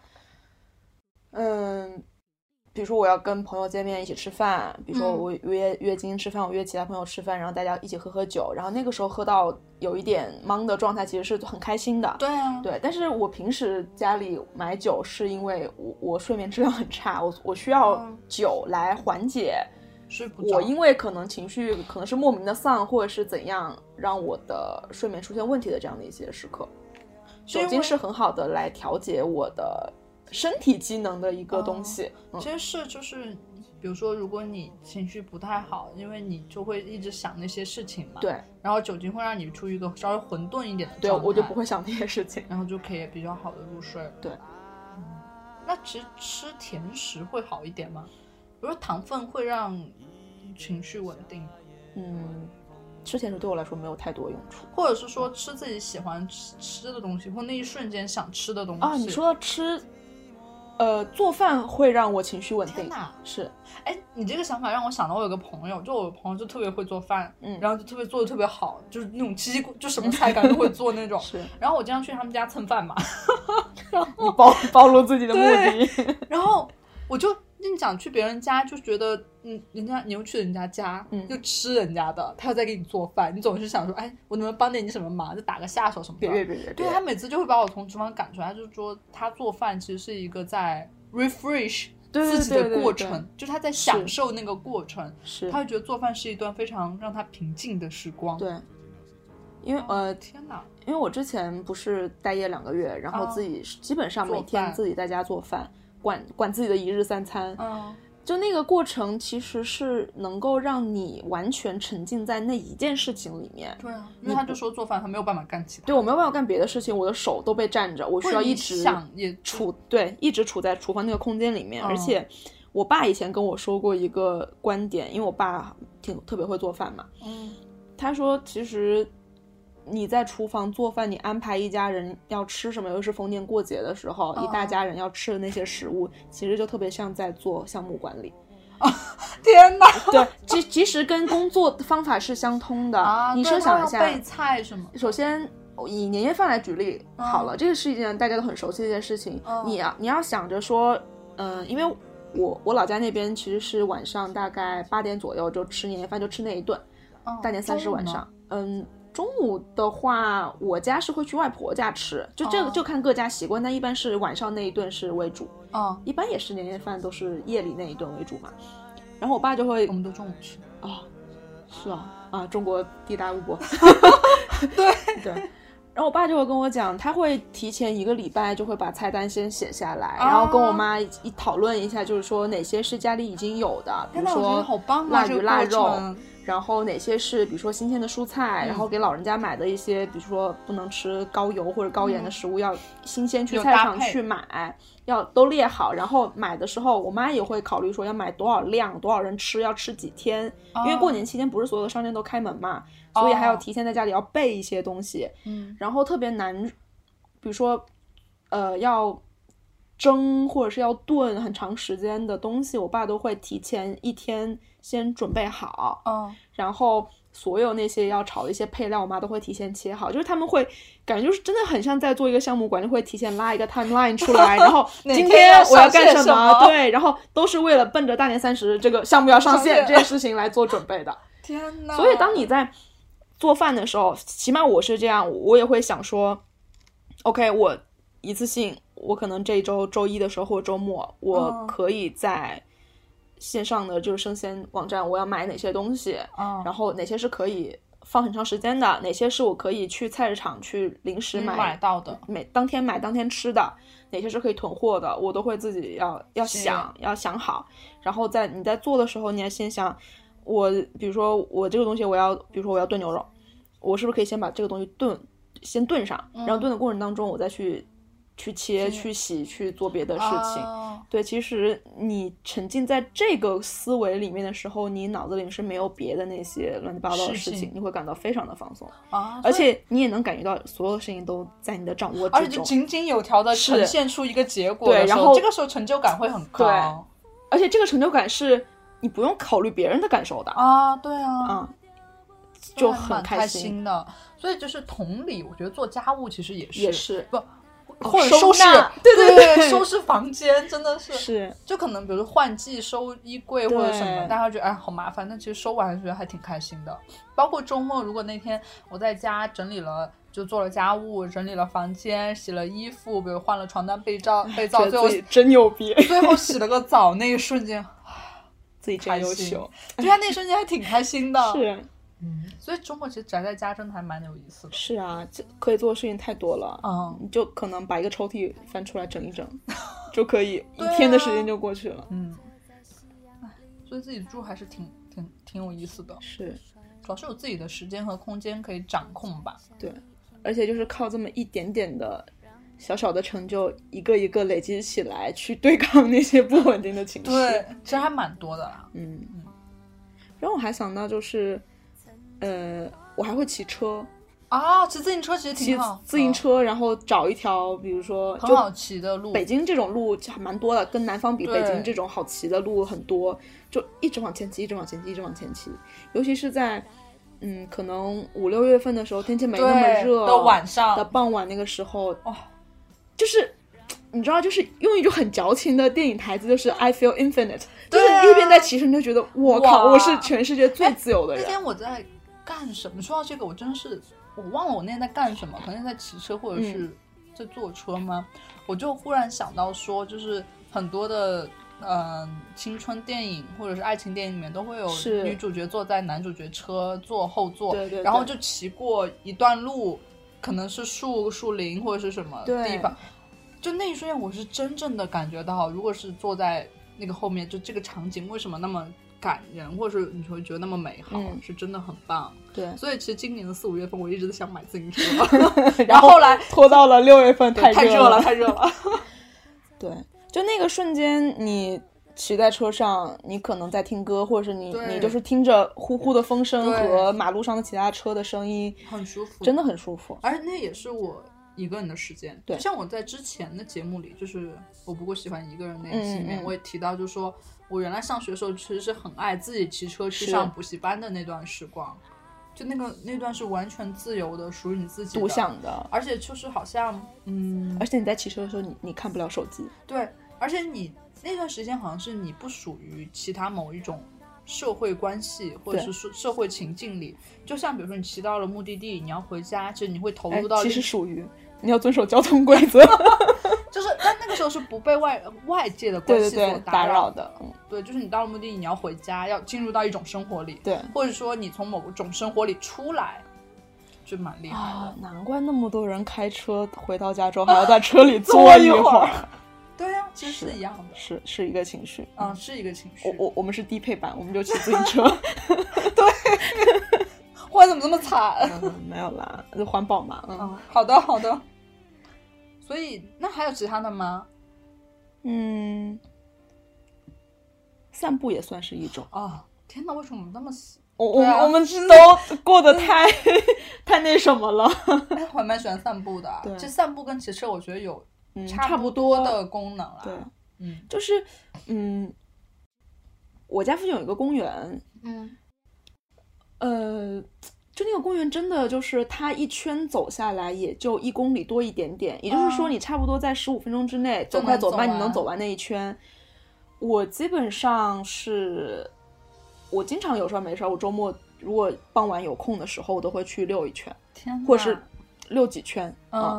S1: 比如说我要跟朋友见面一起吃饭，比如说我约今天吃饭，我约其他朋友吃饭，然后大家一起喝酒，然后那个时候喝到有一点懵的状态其实是很开心的。
S2: 对啊，
S1: 对，但是我平时家里买酒是因为我睡眠质量很差，我需要酒来缓解
S2: 睡不着，
S1: 我因为可能情绪可能是莫名的丧或者是怎样让我的睡眠出现问题的这样的一些时刻，酒精是很好的来调节我的身体机能的一个东西。
S2: 其实是就是比如说如果你情绪不太好，因为你就会一直想那些事情嘛，
S1: 对，
S2: 然后酒精会让你处于一个稍微混沌一点的状态，
S1: 对，我就不会想那些事情，
S2: 然后就可以比较好的入睡。
S1: 对，
S2: 那其实吃甜食会好一点吗？比如说糖分会让情绪稳定，
S1: 吃甜食对我来说没有太多用处，
S2: 或者是说吃自己喜欢吃的东西，或那一瞬间想吃的东西。
S1: 你说到吃做饭会让我情绪稳定。
S2: 天哪，
S1: 是，
S2: 你这个想法让我想到我有个朋友，就我朋友就特别会做饭，然后就特别做的特别好，就是那种就什么菜感都会做那种。
S1: 是，
S2: 然后我经常去他们家蹭饭嘛，
S1: 然后你暴露自己的目的。
S2: 然后我就你想去别人家就觉得人家你又去人家家又吃人家的，他又在给你做饭，你总是想说我能不能帮点你什么忙，就打个下手什么的。
S1: 别
S2: 对，他每次就会把我从厨房赶出来，就是说他做饭其实是一个在 refresh 自己的过程，就是他在享受那个过程，
S1: 是
S2: 他会觉得做饭是一段非常让他平静的时光。
S1: 对，因为
S2: 天哪，
S1: 因为我之前不是待业2个月，然后自己基本上每天自己在家做饭，管自己的一日3餐，就那个过程其实是能够让你完全沉浸在那一件事情里面。
S2: 对啊，因为他就说做饭他没有办法干其他，
S1: 对，我没有办法干别的事情，我的手都被占着，我需要一直处在厨房那个空间里面，而且我爸以前跟我说过一个观点，因为我爸特别会做饭嘛，他说其实你在厨房做饭，你安排一家人要吃什么，尤其是逢年过节的时候，一大家人要吃的那些食物，其实就特别像在做项目管理。
S2: 天哪！
S1: 对，其实跟工作方法是相通的。你设想一下，
S2: 备菜什么？
S1: 首先以年夜饭来举例好了，这个是一件大家都很熟悉的一件事情。你要想着说，因为我老家那边其实是晚上大概8点左右就吃年夜饭，就吃那一顿。大年30晚上，中午的话，我家是会去外婆家吃，就这个就看各家习惯，但一般是晚上那一顿是为主。一般也是年夜饭都是夜里那一顿为主嘛。然后我爸就会，
S2: 我们都中午吃。
S1: 是中国地大物博。
S2: 对。
S1: 然后我爸就会跟我讲，他会提前1个礼拜就会把菜单先写下来，然后跟我妈一讨论一下，就是说哪些是家里已经有的，比如说腊鱼腊肉，然后哪些是比如说新鲜的蔬菜，然后给老人家买的一些比如说不能吃高油或者高盐的食物，要新鲜去菜场去买，要都列好。然后买的时候我妈也会考虑说要买多少量，多少人吃，要吃几天，因为过年期间不是所有的商店都开门嘛，所以还要提前在家里要备一些东西。然后特别难，比如说要蒸或者是要炖很长时间的东西，我爸都会提前1天先准备好。然后所有那些要炒的一些配料，我妈都会提前切好，就是他们会感觉就是真的很像在做一个项目管理，会提前拉一个 timeline 出来，然后今天我要干什么，对，然后都是为了奔着大年30这个项目要上线这件事情来做准备的。
S2: 天哪！
S1: 所以当你在做饭的时候，起码我是这样，我也会想说 OK， 我一次性，我可能这一周周一的时候或者周末，我可以在线上的就是生鲜网站，我要买哪些东西，然后哪些是可以放很长时间的，哪些是我可以去菜市场去临时
S2: 买到的，
S1: 当天买当天吃的，哪些是可以囤货的，我都会自己要想好。然后你在做的时候，你要先想，比如说我这个东西比如说我要炖牛肉，我是不是可以先把这个东西先炖上，然后炖的过程当中我再去切去洗去做别的事情。对，其实你沉浸在这个思维里面的时候，你脑子里是没有别的那些乱七八糟的事情，你会感到非常的放松而且你也能感觉到所有事情都在你的掌握之中，
S2: 而且就井井有条的呈现出一个结果的时候，
S1: 对，然后
S2: 这个时候成就感会很高。
S1: 对，而且这个成就感是你不用考虑别人的感受的
S2: 对啊，
S1: 就很
S2: 开
S1: 心
S2: 的。所以就是同理，我觉得做家务其实也是
S1: 不
S2: 或者收拾，对，收拾房间真的是就可能比如说换季收衣柜或者什么，大家觉得好麻烦，但其实收完觉得还挺开心的。包括周末，如果那天我在家整理了，就做了家务，整理了房间，洗了衣服，比如换了床单被罩，最后
S1: 真牛逼，
S2: 最后洗了个澡，那一瞬间
S1: 自己真优秀，
S2: 对啊，那一瞬间还挺开心的。
S1: 是。
S2: 所以周末其实宅在家真的还蛮有意思的。
S1: 是啊，可以做的事情太多了。你就可能把一个抽屉翻出来整一整就可以1天的时间就过去了。
S2: 所以自己住还是挺有意思的。
S1: 是，
S2: 主要是有自己的时间和空间可以掌控吧。
S1: 对，而且就是靠这么一点点的小小的成就，一个一个累积起来，去对抗那些不稳定的情绪。
S2: 对，其实还蛮多的啦。
S1: 然后我还想到就是我还会骑车
S2: 骑自行车，其实挺好。
S1: 骑自行车，然后找一条比如说
S2: 很好骑的路，
S1: 北京这种路还蛮多的，跟南方比，北京这种好骑的路很多，就一直往前骑，一直往前骑，一直往前骑。尤其是在可能5、6月份的时候，天气没那么热
S2: 的晚上
S1: 的傍晚那个时候，就是你知道，就是用一种很矫情的电影台词，就是 I feel infinite，就是一边在骑车你就觉得我靠，我是全世界最自由的人。
S2: 那天我在干什么？说到这个，我真的是我忘了我那天在干什么，可能在骑车或者是在坐车吗？我就忽然想到说，就是很多的青春电影或者是爱情电影里面都会有女主角坐在男主角车坐后座，
S1: 对，
S2: 然后就骑过一段路，可能是树林或者是什么地方，就那一瞬间我是真正的感觉到，如果是坐在那个后面，就这个场景为什么那么感人，或者是你会觉得那么美好，是真的很棒。
S1: 对，
S2: 所以其实今年的4、5月份我一直在想买自行车
S1: 然后后来拖到了6月份，太热了
S2: 对，
S1: 对，就那个瞬间你骑在车上，你可能在听歌，或者是你就是听着呼呼的风声和马路上的其他车的声音，
S2: 很舒服，
S1: 真的很舒服。
S2: 而且那也是我一个人的时间。
S1: 对，
S2: 就像我在之前的节目里，就是我不过喜欢一个人那一期里面，我也提到，就是说我原来上学的时候其实是很爱自己骑车去上补习班的那段时光。就那段是完全自由的，属于你自己的，
S1: 独享的，
S2: 而且就是好像
S1: 而且你在骑车的时候你看不了手机。
S2: 对，而且你那段时间好像是你不属于其他某一种社会关系或者是社会情境里，就像比如说你骑到了目的地，你要回家，其实你会投入到
S1: 其实属于你要遵守交通规则
S2: 就是但那个时候是不被外界的关系所
S1: 打扰的。
S2: 对，就是你到了目的地，你要回家，要进入到一种生活里，
S1: 对，
S2: 或者说你从某种生活里出来，就蛮厉害的。
S1: 难怪那么多人开车回到家之后还要在车里坐一会儿
S2: 对呀，其实是一样的，
S1: 是一个情绪。
S2: 是一个情绪。
S1: 我们是低配版，我们就骑自行车
S2: 对我怎么这么惨
S1: 没有啦，就环保嘛。
S2: 好的好的。所以那还有其他的吗？
S1: 散步也算是一种。
S2: 天哪，为什么那么
S1: 我们都过得太那什么了。
S2: 我还蛮喜欢散步的。
S1: 对，
S2: 其实散步跟骑车我觉得有差不多的功能啦。
S1: 对，就是我家附近有一个公园，就那个公园真的就是它一圈走下来也就1公里多一点点，也就是说你差不多在15分钟之内走快走慢你能走完那一圈。我基本上是我经常有时候没事，我周末如果傍晚有空的时候我都会去溜一圈，或者是溜几圈。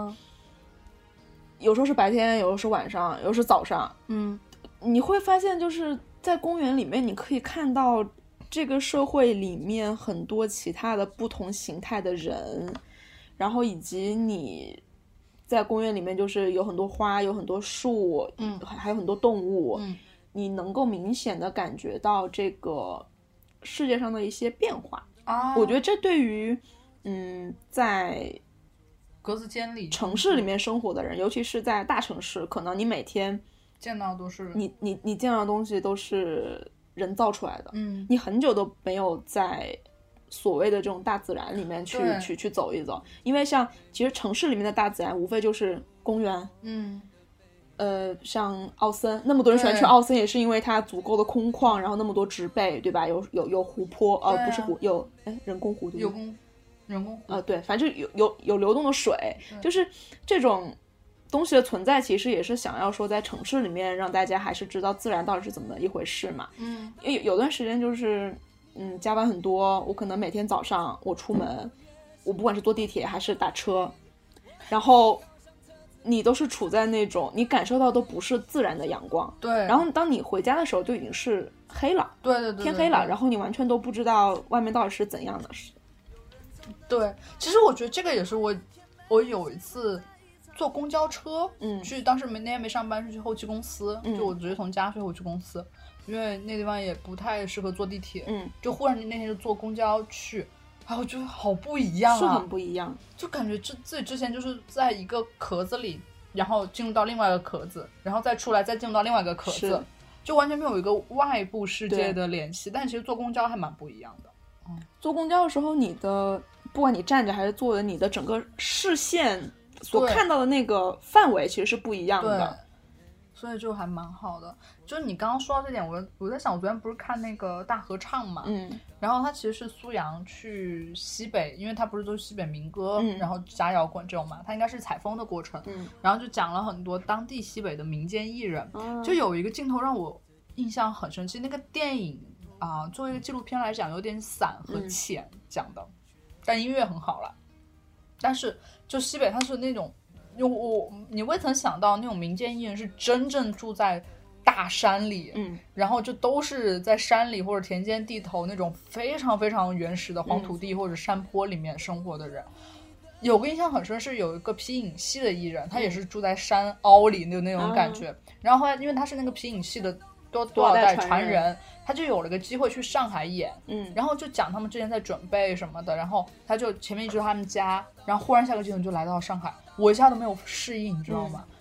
S1: 有时候是白天，有时候是晚上，有时候是早上。你会发现就是在公园里面你可以看到这个社会里面很多其他的不同形态的人，然后以及你在公园里面就是有很多花，有很多树，还有很多动物，你能够明显的感觉到这个世界上的一些变化。我觉得这对于在
S2: 格子间里
S1: 城市里面生活的人，尤其是在大城市，可能你每天
S2: 见到都是
S1: 你见到的东西都是人造出来的。你很久都没有在所谓的这种大自然里面去走一走，因为像其实城市里面的大自然无非就是公园，像奥森，那么多人喜欢去奥森也是因为它足够的空旷，然后那么多植被，对吧？有湖泊，不是湖，有人工湖，对吧？
S2: 人工湖，
S1: 对，反正有流动的水，就是这种东西的存在其实也是想要说在城市里面让大家还是知道自然到底是怎么一回事嘛。因为有段时间就是加班很多，我可能每天早上我出门，我不管是坐地铁还是打车，然后你都是处在那种你感受到都不是自然的阳光。
S2: 对，
S1: 然后当你回家的时候就已经是黑了，
S2: 对，
S1: 天黑了，然后你完全都不知道外面到底是怎样的事。
S2: 对，其实我觉得这个也是我有一次坐公交车，去当时那天没上班，是去后期公司，就我直接从家飞回去公司，因为那地方也不太适合坐地铁，就忽然那天就坐公交去，我觉得好不一样
S1: 是很不一样，
S2: 就感觉自己之前就是在一个壳子里，然后进入到另外一个壳子，然后再出来再进入到另外一个壳子，就完全没有一个外部世界的联系。但其实坐公交还蛮不一样的。
S1: 坐公交的时候，你的不管你站着还是坐的，你的整个视线所看到的那个范围其实是不一样的，
S2: 所以就还蛮好的。就是你刚刚说到这点，我在想，我昨天不是看那个大合唱嘛，然后他其实是苏阳去西北，因为他不是都是西北民歌，然后加摇滚这种嘛，他应该是采风的过程，然后就讲了很多当地西北的民间艺人，就有一个镜头让我印象很深，其实那个电影作为一个纪录片来讲有点散和浅讲的，但音乐很好了。但是就西北它是那种你未曾想到那种民间艺人是真正住在大山里，然后就都是在山里或者田间地头那种非常非常原始的黄土地或者山坡里面生活的人。有个印象很深是有一个皮影戏的艺人，他也是住在山凹里的那种感觉，然后后来因为他是那个皮影戏的多少代传人，他就有了个机会去上海演，然后就讲他们之前在准备什么的，然后他就前面一直他们家，然后忽然下个镜头就来到上海，我一下都没有适应，你知道吗？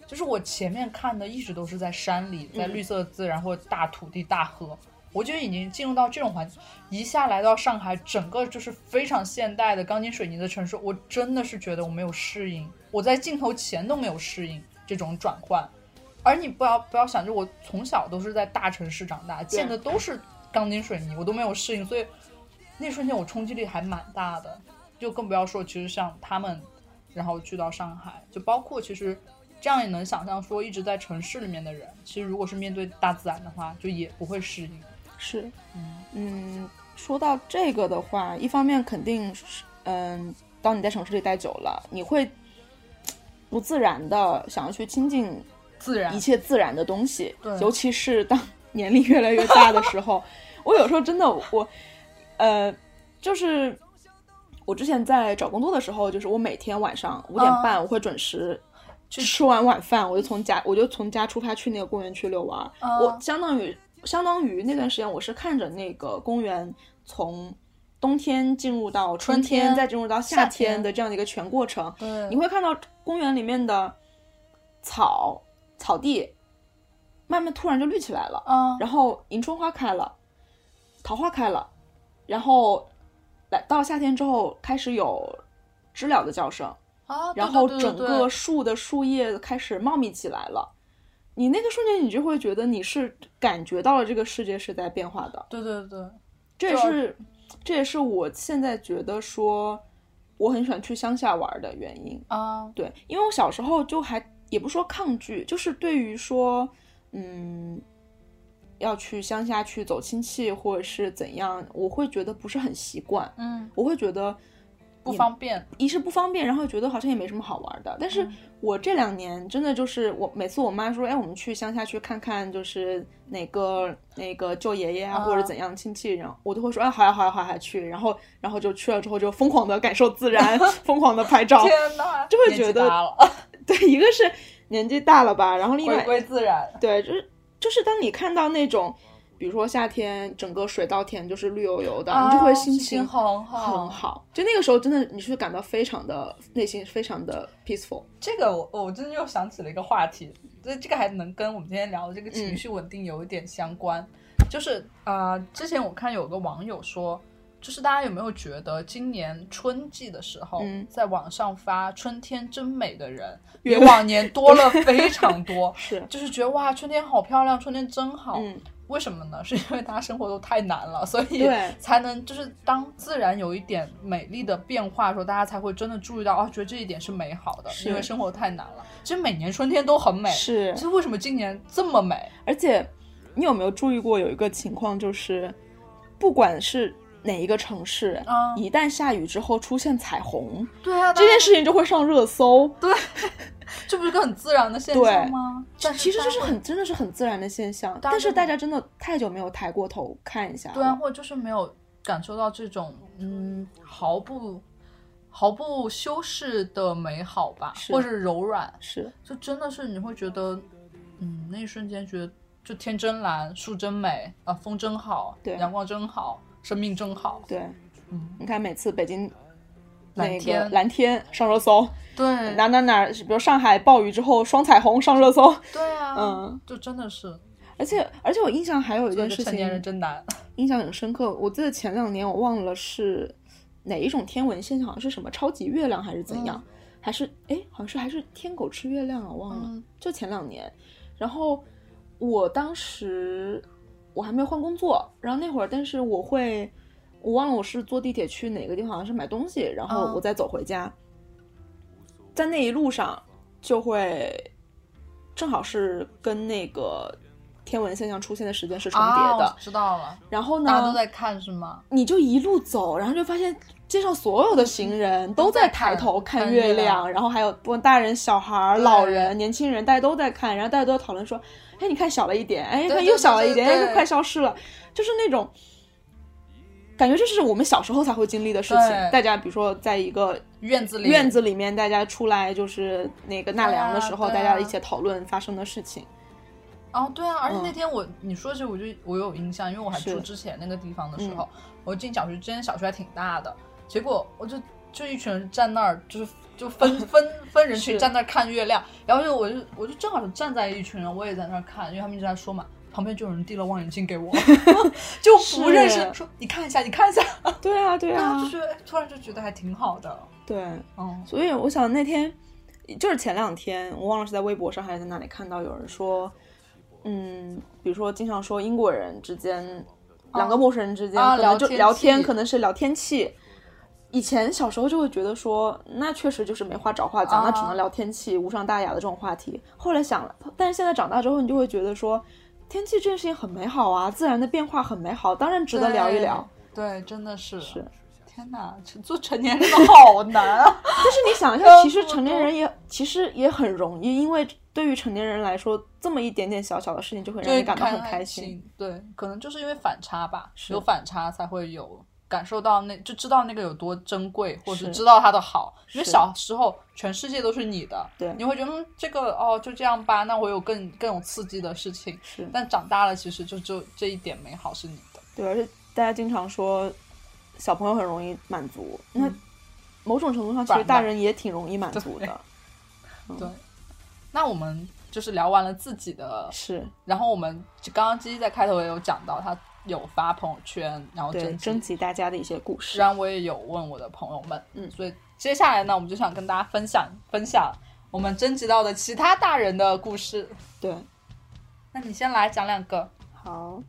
S2: 就是我前面看的一直都是在山里，在绿色自然或者大土地大河，我觉得已经进入到这种环境，一下来到上海，整个就是非常现代的钢筋水泥的城市，我真的是觉得我没有适应，我在镜头前都没有适应这种转换。而你不要想着我从小都是在大城市长大，见的都是钢筋水泥，我都没有适应，所以那瞬间我冲击力还蛮大的。就更不要说其实像他们然后去到上海，就包括其实这样也能想象说一直在城市里面的人，其实如果是面对大自然的话就也不会适应。
S1: 是说到这个的话，一方面肯定当你在城市里待久了，你会不自然的想要去亲近
S2: 自然
S1: 一切自然的东西，
S2: 对，
S1: 尤其是当年龄越来越大的时候我有时候真的就是我之前在找工作的时候，就是我每天晚上5点半我会准时吃完晚饭，我就从家出发去那个公园去遛弯。我相当于那段时间我是看着那个公园从冬天进入到春天再进入到夏天的这样的一个全过程。你会看到公园里面的草地慢慢突然就绿起来了，然后迎春花开了，桃花开了，然后到夏天之后开始有知了的叫声，然后整个树的树叶开始茂密起来了。你那个瞬间你就会觉得你是感觉到了这个世界是在变化的。
S2: 对对对，
S1: 这也是我现在觉得说我很喜欢去乡下玩的原因对，因为我小时候就还也不说抗拒，就是对于说要去乡下去走亲戚或者是怎样，我会觉得不是很习惯。我会觉得
S2: 不方便，
S1: 一是不方便，然后觉得好像也没什么好玩的。但是我这2年真的就是每次我妈说我们去乡下去看看就是哪个舅爷爷或者怎样亲戚，然后我都会说好呀去，然后就去了之后就疯狂的感受自然疯狂的拍照。
S2: 天哪，
S1: 就会觉得对，一个是年纪大了吧，然后另外
S2: 回归自然。
S1: 对，就是当你看到那种比如说夏天整个水稻田就是绿油油的，你就会心情很好，就那个时候真的你是感到非常的内心非常的 peaceful。
S2: 这个我真的又想起了一个话题，这个还能跟我们今天聊的这个情绪稳定有一点相关。就是之前我看有个网友说，就是大家有没有觉得今年春季的时候在网上发春天真美的人比往年多了非常多
S1: 是，
S2: 就是觉得哇春天好漂亮，春天真好。为什么呢？是因为大家生活都太难了，所以才能就是当自然有一点美丽的变化的时候，大家才会真的注意到觉得这一点是美好的，因为生活太难了。其实每年春天都很美，
S1: 是，
S2: 其实为什么今年这么美？
S1: 而且你有没有注意过有一个情况，就是不管是哪一个城市一旦下雨之后出现彩虹，
S2: 对啊，
S1: 这件事情就会上热搜。
S2: 对，这不是个很自然的现象吗？
S1: 其实这是真的是很自然的现象，但是大家真的太久没有抬过头看一下了。
S2: 对啊，或者就是没有感受到这种毫不修饰的美好吧，或者柔软。
S1: 是，
S2: 就真的是你会觉得那一瞬间觉得就天真蓝，树真美风真好，对，阳光真好，生命真好。
S1: 对，你看每次北京
S2: 蓝
S1: 天上热搜，
S2: 对，
S1: 哪比如上海暴雨之后双彩虹上热搜，
S2: 对啊，就真的是。
S1: 而且我印象还有一件事情，
S2: 成年人真难，
S1: 印象很深刻。我记得前2年我忘了是哪一种天文现象，好像是什么超级月亮还是怎样，还是好像还是天狗吃月亮我忘了，就前2年。然后我当时我还没有换工作，然后那会儿但是我忘了我是坐地铁去哪个地方，好像是买东西，然后我再走回家，在那一路上就会正好是跟那个天文现象出现的时间是重叠的。
S2: 我知道了。
S1: 然后呢
S2: 大家都在看是吗？
S1: 你就一路走，然后就发现街上所有的行人都在抬头看月亮，然后还有不管大人小孩老人年轻人大家都在看，然后大家都在讨论说你看小了一点，看又小了一点，快消失了，就是那种感觉，这是我们小时候才会经历的事情。大家比如说在一个院子里面，大家出来就是那个纳凉的时候，大家一起讨论发生的事情。
S2: 对啊，而且那天你说这我有印象，因为我还住之前那个地方的时候，我进小学，之前小学还挺大的，结果我就就一群人站那儿，就分人群站那儿看月亮，然后我就正好站在一群人，我也在那儿看，因为他们一直在说嘛，旁边就有人递了望远镜给我，就不认识，说你看一下，你看一下。
S1: 对啊，对啊，
S2: 然后就觉得突然就觉得还挺好的。
S1: 对，所以我想那天就是前2天，我忘了是在微博上还是在哪里看到有人说，比如说经常说英国人之间，2个陌生人之间可能就聊天，可能是聊天气。以前小时候就会觉得说，那确实就是没话找话讲，那只能聊天气，无伤大雅的这种话题。后来想了，但是现在长大之后，你就会觉得说，天气这件事情很美好啊，自然的变化很美好，当然值得聊一聊。
S2: 对，真的是。天哪，做成年人好难啊！
S1: 但是你想一下，其实成年人其实也很容易，因为对于成年人来说，这么一点点小小的事情就会让你感到很开心。
S2: 对，可能就是因为反差吧，有反差才会有感受到就知道那个有多珍贵，或者知道它的好。因为小时候全世界都是你的，
S1: 对，
S2: 你会觉得这个就这样吧，那我有更有刺激的事情。但长大了，其实就这一点美好是你的。
S1: 对，而且大家经常说小朋友很容易满足，那某种程度上其实大人也挺容易满足的。
S2: 对，那我们就是聊完了自己的，然后我们刚刚基基在开头也有讲到，他有发朋友圈，然后
S1: 征集大家的一些故事，
S2: 然后我也有问我的朋友们，所以接下来呢，我们就想跟大家分享我们征集到的其他大人的故事。
S1: 对，
S2: 那你先来讲2个。
S1: 好，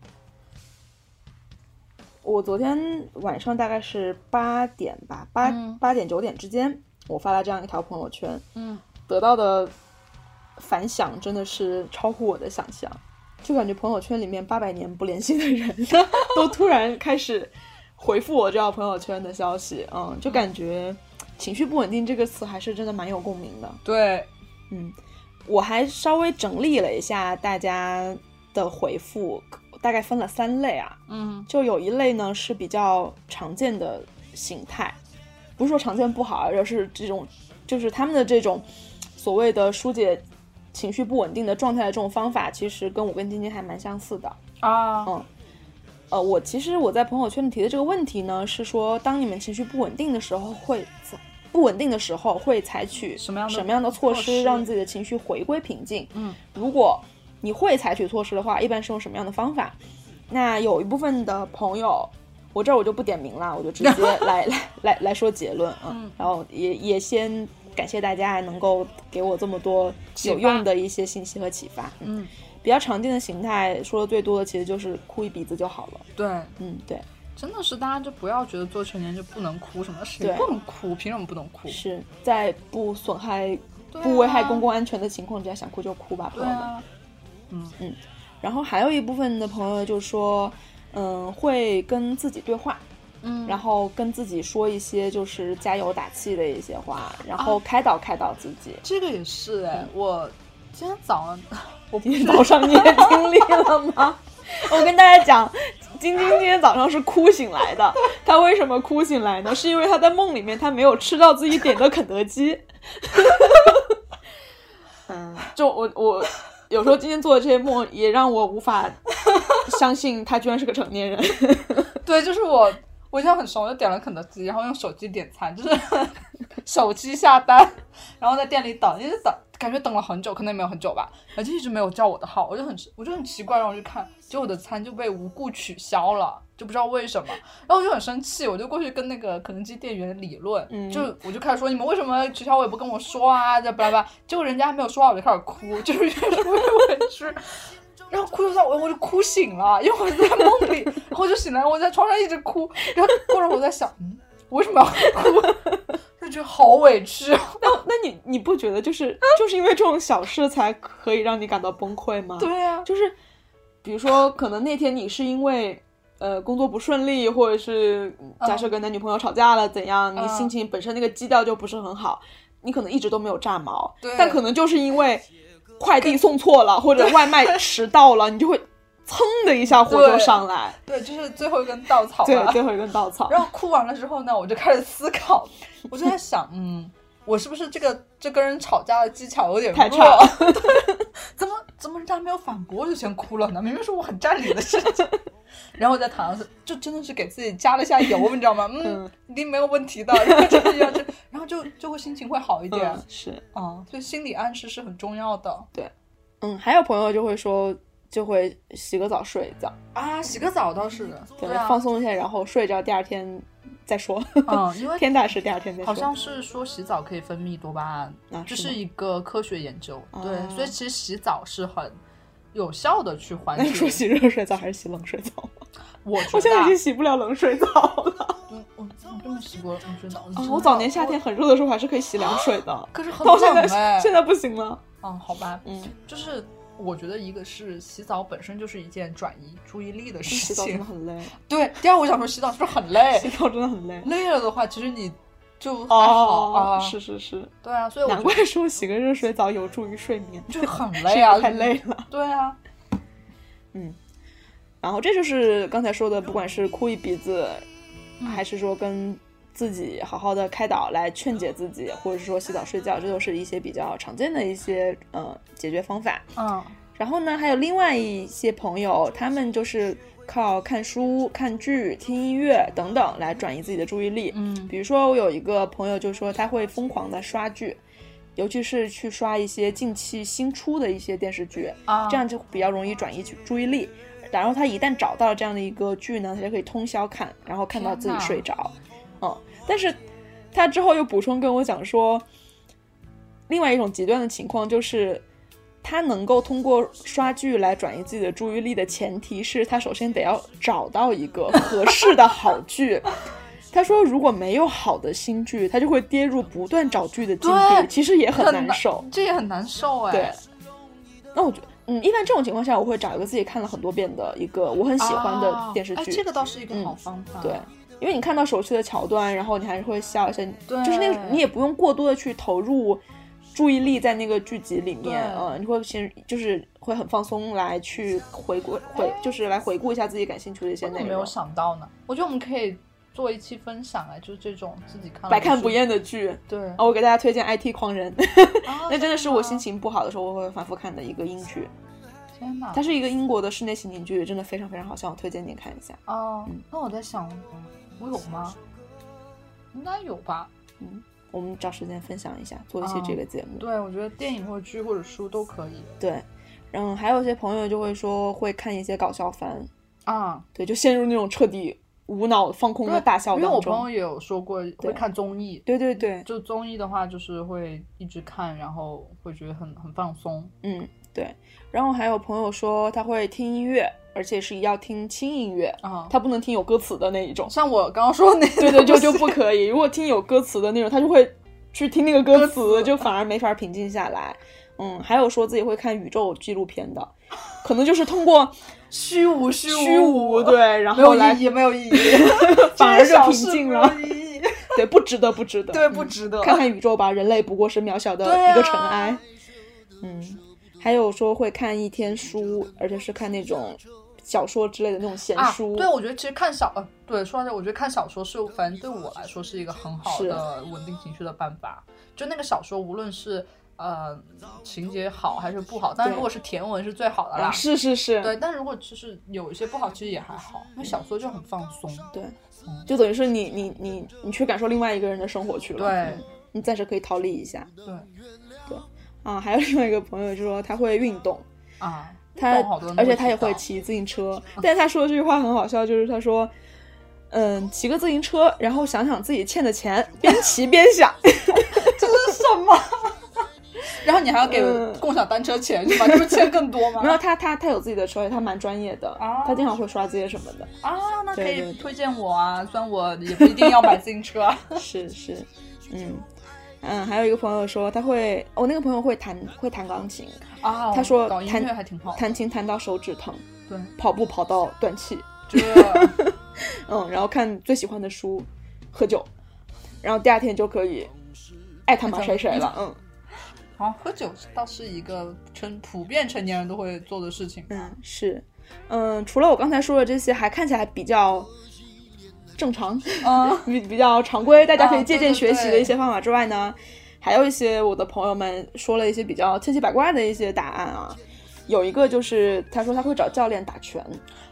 S1: 我昨天晚上大概是8点吧，8点9点之间，我发了这样一条朋友圈，得到的反响真的是超乎我的想象，就感觉朋友圈里面800年不联系的人都突然开始回复我这条朋友圈的消息，就感觉情绪不稳定这个词还是真的蛮有共鸣的。
S2: 对，
S1: 我还稍微整理了一下大家的回复，大概分了3类啊，就有一类呢是比较常见的形态，不是说常见不好，而是这种就是他们的这种所谓的疏解情绪不稳定的状态的这种方法，其实跟我跟晶晶还蛮相似的啊。我在朋友圈里提的这个问题呢，是说当你们情绪不稳定的时候会采取什么样的措施让自己的情绪回归平静？如果你会采取措施的话，一般是用什么样的方法？那有一部分的朋友，我就不点名了，我就直接来说结论然后也先感谢大家能够给我这么多有用的一些信息和启发。比较常见的形态说的最多的其实就是哭一鼻子就好了。
S2: 对，
S1: 对，
S2: 真的是大家就不要觉得做成年就不能哭，什么事情不能哭，凭什么不能哭？
S1: 是在不损害、不危害公共安全的情况之下，想哭就哭吧，朋友们。然后还有一部分的朋友就说，会跟自己对话，然后跟自己说一些就是加油打气的一些话，然后开导自己。
S2: 这个也是我今天早
S1: 上你也经历了吗？我跟大家讲，晶晶今天早上是哭醒来的。她为什么哭醒来呢？是因为她在梦里面她没有吃到自己点的肯德基。就我有时候今天做的这些梦也让我无法相信她居然是个成年人。
S2: 对，就是我印象很熟，我就点了肯德基，然后用手机点餐，就是手机下单，然后在店里等，一直等，感觉等了很久，可能也没有很久吧，而且一直没有叫我的号，我就很奇怪，然后我就看，结果我的餐就被无故取消了，就不知道为什么，然后我就很生气，我就过去跟那个肯德基店员理论，我就开始说你们为什么取消我也不跟我说啊，这巴拉巴拉，结果人家还没有说话我就开始哭，就是越说越委屈。然后哭到我就哭醒了，因为我在梦里，然后我就醒来，我在床上一直哭，然后过了我在想，我为什么要哭？就觉得好委屈。
S1: 那你不觉得就是因为这种小事才可以让你感到崩溃吗？
S2: 对啊，
S1: 就是比如说可能那天你是因为工作不顺利，或者是假设跟男女朋友吵架了怎样，你心情本身那个基调就不是很好，你可能一直都没有炸毛，但可能就是因为快递送错了或者外卖迟到了，你就会噌的一下火就上来。
S2: 对，就是最后一根稻草。
S1: 对，最后一根稻草。
S2: 然后哭完了之后呢，我就开始思考，我就在想，我是不是这跟人吵架的技巧有点
S1: 太差了？
S2: 怎么人家没有反驳我就先哭了呢？明明是我很占理的事情。 然后在躺上就真的是给自己加了下油，你知道吗？一定没有问题的，然后真的要去，然后就会心情会好一点。
S1: 是
S2: 所以心理暗示是很重要的。
S1: 对，还有朋友就会说，就会洗个澡睡一觉
S2: 啊，洗个澡倒是
S1: 对放松一下，然后睡着，第二天再说。
S2: 因为
S1: 天大事第二天再说。
S2: 好像是说洗澡可以分泌多巴胺，这是一个科学研究。对，所以其实洗澡是很有效的去缓解。
S1: 那你说洗热水澡还是洗冷水澡吗？
S2: 我
S1: 现在已经洗不了冷水澡了。
S2: 我根本洗过冷水澡。
S1: 我早年夏天很热的时候还是可以洗凉水的，
S2: 可是很冷
S1: 现在不行了。
S2: 好吧，就是我觉得一个是洗澡本身就是一件转移注意力的事情，
S1: 洗澡真的很累。
S2: 对，第二我想说洗澡是不是很累？
S1: 洗澡真的很累，
S2: 累了的话，其实你就还好
S1: 是。
S2: 对啊，所以
S1: 难怪说洗个热水澡有助于睡眠，
S2: 就很累啊，
S1: 太累了。
S2: 对啊，
S1: 然后这就是刚才说的，不管是哭一鼻子，还是说跟自己好好的开导来劝解自己，或者是说洗澡睡觉，这都是一些比较常见的一些解决方法。然后呢，还有另外一些朋友，他们就是靠看书、看剧、听音乐等等来转移自己的注意力。比如说我有一个朋友就说他会疯狂的刷剧，尤其是去刷一些近期新出的一些电视剧，这样就比较容易转移注意力。然后他一旦找到了这样的一个剧呢，他就可以通宵看，然后看到自己睡着。但是他之后又补充跟我讲说，另外一种极端的情况就是他能够通过刷剧来转移自己的注意力的前提是他首先得要找到一个合适的好剧。他说如果没有好的新剧，他就会跌入不断找剧的境地，其实也很难受。
S2: 这也很难受哎。
S1: 对，那我觉得一般这种情况下我会找一个自己看了很多遍的一个我很喜欢的电视剧。
S2: 这个倒是一个好方法。
S1: 对，因为你看到熟悉的桥段，然后你还是会笑一下，就是那个你也不用过多的去投入注意力在那个剧集里面，你会先就是会很放松来去就是来回顾一下自己感兴趣的一些内容。
S2: 没有想到呢，我觉得我们可以做一期分享就是这种自己看
S1: 百看不厌的剧。
S2: 对，
S1: 我给大家推荐 IT 狂人，那真的是我心情不好的时候我会反复看的一个英剧。
S2: 天哪，
S1: 它是一个英国的室内情景剧，真的非常非常好笑，我推荐你看一下。
S2: 那我在想我有吗？应该有吧。
S1: 我们找时间分享一下，做一期这个节目。
S2: 对，我觉得电影或者剧或者书都可以。
S1: 对，然后还有一些朋友就会说会看一些搞笑番对，就陷入那种彻底无脑放空的大笑当中。
S2: 因为我朋友也有说过会看综艺。
S1: 对，
S2: 就综艺的话就是会一直看，然后会觉得很放松。
S1: 对，然后还有朋友说他会听音乐，而且是要听轻音乐他不能听有歌词的那一种，
S2: 像我刚刚说的那种。
S1: 对就不可以。如果听有歌词的那种，他就会去听那个歌词，就反而没法平静下来。还有说自己会看宇宙纪录片的，可能就是通过
S2: 虚无
S1: 对，然后
S2: 没有意义
S1: 反而就平静了。对，不值得
S2: 对，不值得。
S1: 看看宇宙吧，人类不过是渺小的一个尘埃。还有说会看一天书，而且是看那种小说之类的那种闲书。
S2: 对，我觉得其实看对，说到这，我觉得看小说是反正对我来说是一个很好的稳定情绪的办法。就那个小说无论是情节好还是不好，但如果是甜文是最好的啦。
S1: 是
S2: 对，但如果其实有一些不好，其实也还好，因为小说就很放松。
S1: 对，就等于是你去感受另外一个人的生活去了。
S2: 对，
S1: 你暂时可以逃离一下。
S2: 对
S1: 还有另外一个朋友就说他会运动而且他也会骑自行车。但他说的这句话很好笑，就是他说骑个自行车，然后想想自己欠的钱，边骑边想。
S2: 这是什么？然后你还要给共享单车钱是吧？这不欠更多吗？
S1: 没有，他有自己的车，他蛮专业的他经常会刷街什么的
S2: 那可以推荐我啊。虽然我也不一定要买自行车。
S1: 是还有一个朋友说他会，我那个朋友会弹钢琴他说
S2: 搞音乐还挺好，
S1: 弹琴弹到手指疼，
S2: 对，
S1: 跑步跑到断气，然后看最喜欢的书，喝酒，然后第二天就可以爱他妈谁了。
S2: 喝酒倒是一个普遍成年人都会做的事情。
S1: 是除了我刚才说的这些还看起来比较正常比较常规，大家可以借鉴学习的一些方法之外呢，还有一些我的朋友们说了一些比较千奇百怪的一些答案有一个就是他说他会找教练打拳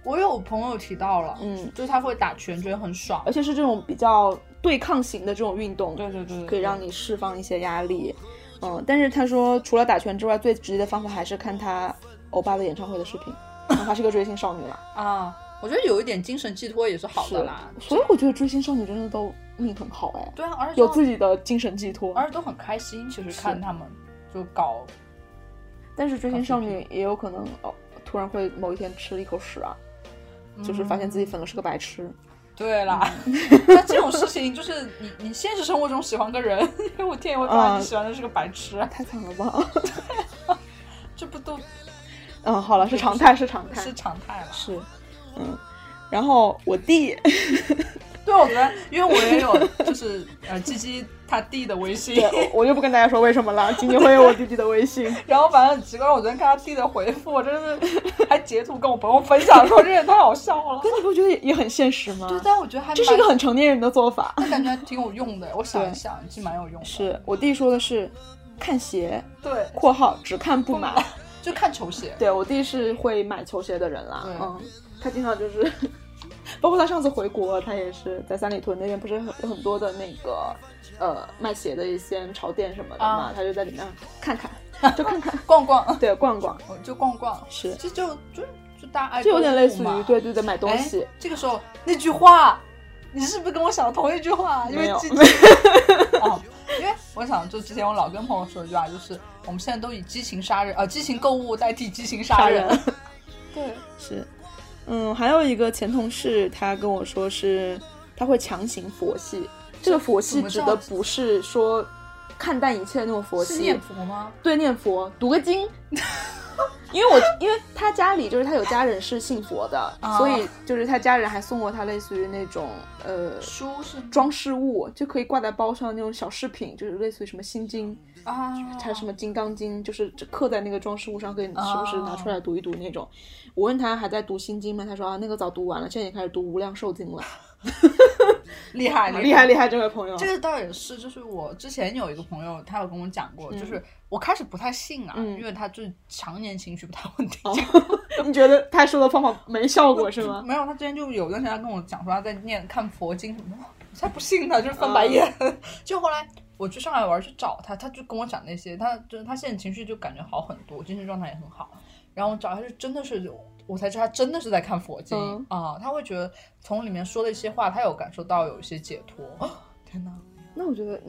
S2: 我有朋友提到了，就是他会打拳，觉得很爽，
S1: 而且是这种比较对抗型的这种运动，
S2: 对，
S1: 可以让你释放一些压力。但是他说除了打拳之外，最直接的方法还是看他欧巴的演唱会的视频，然后她是个追星少女了
S2: 啊。我觉得有一点精神寄托也是好的啦，
S1: 所以我觉得追星少女真的都命很好哎。
S2: 对啊，而且
S1: 有自己的精神寄托，
S2: 而且都很开心。其实看他们就搞，
S1: 但是追星少女也有可能突然会某一天吃了一口屎啊，就是发现自己粉了是个白痴。
S2: 对啦，那这种事情就是你现实生活中喜欢个人，因为我天也会发现你喜欢的是个白痴，
S1: 太惨了吧？
S2: 这不都
S1: 好了，是常态，是常
S2: 态了，
S1: 是。然后我弟
S2: 对，我觉得因为我也有就是鸡鸡他弟的微信，
S1: 我就不跟大家说为什么了，今天会有我弟弟的微信。
S2: 然后反正很奇怪，我昨天看他弟的回复，我真是还截图跟我朋友分享说这也太好笑了。
S1: 但你不觉得也很现实吗？
S2: 对，但我觉得这
S1: 是一个很成年人的做法，
S2: 但感觉还挺有用的。我想一想，其实蛮有用的。
S1: 是我弟说的是看鞋，
S2: 对，
S1: 括号只看不买，
S2: 就看球鞋。
S1: 对，我弟是会买球鞋的人啦，他经常就是包括他上次回国，他也是在三里屯那边，不是有很多的那个卖鞋的一些潮店什么的嘛，他就在里面看看，就看看
S2: 逛逛，
S1: 对，逛逛，
S2: 就逛逛，
S1: 是，
S2: 就大爱，
S1: 就有点类似于对买东西。
S2: 这个时候那句话，你是不是跟我想的同一句话？因为因为我想就之前我老跟朋友说一句话，就是我们现在都以激情杀人激情购物代替激情杀人。对，
S1: 是。还有一个前同事，他跟我说是他会强行佛系，这个佛系指的不是说看淡一切的那种佛系，
S2: 是念佛吗？
S1: 对，念佛，读个经。因为他家里就是他有家人是信佛的，所以就是他家人还送过他类似于那种
S2: 书是
S1: 装饰物，就可以挂在包上那种小饰品，就是类似于什么心经还有什么金刚经，就是刻在那个装饰物上，可以时不时拿出来读一读那种。我问他还在读心经吗？他说那个早读完了，现在也开始读无量寿经了。
S2: 厉害，
S1: 这位朋友。
S2: 这个倒也是，就是我之前有一个朋友，他有跟我讲过，就是我开始不太信啊，因为他就是常年情绪不太稳定。
S1: 你觉得他说的方法没效果是吗？
S2: 没有，他之前就有段时间跟我讲说他在看佛经什么的，我才不信他，就是翻白眼。就后来我去上海玩去找他，他就跟我讲那些，他现在情绪就感觉好很多，精神状态也很好。然后我找他就真的是，我才知道他真的是在看佛经他会觉得从里面说的一些话，他有感受到有一些解脱。天哪！
S1: 那我觉得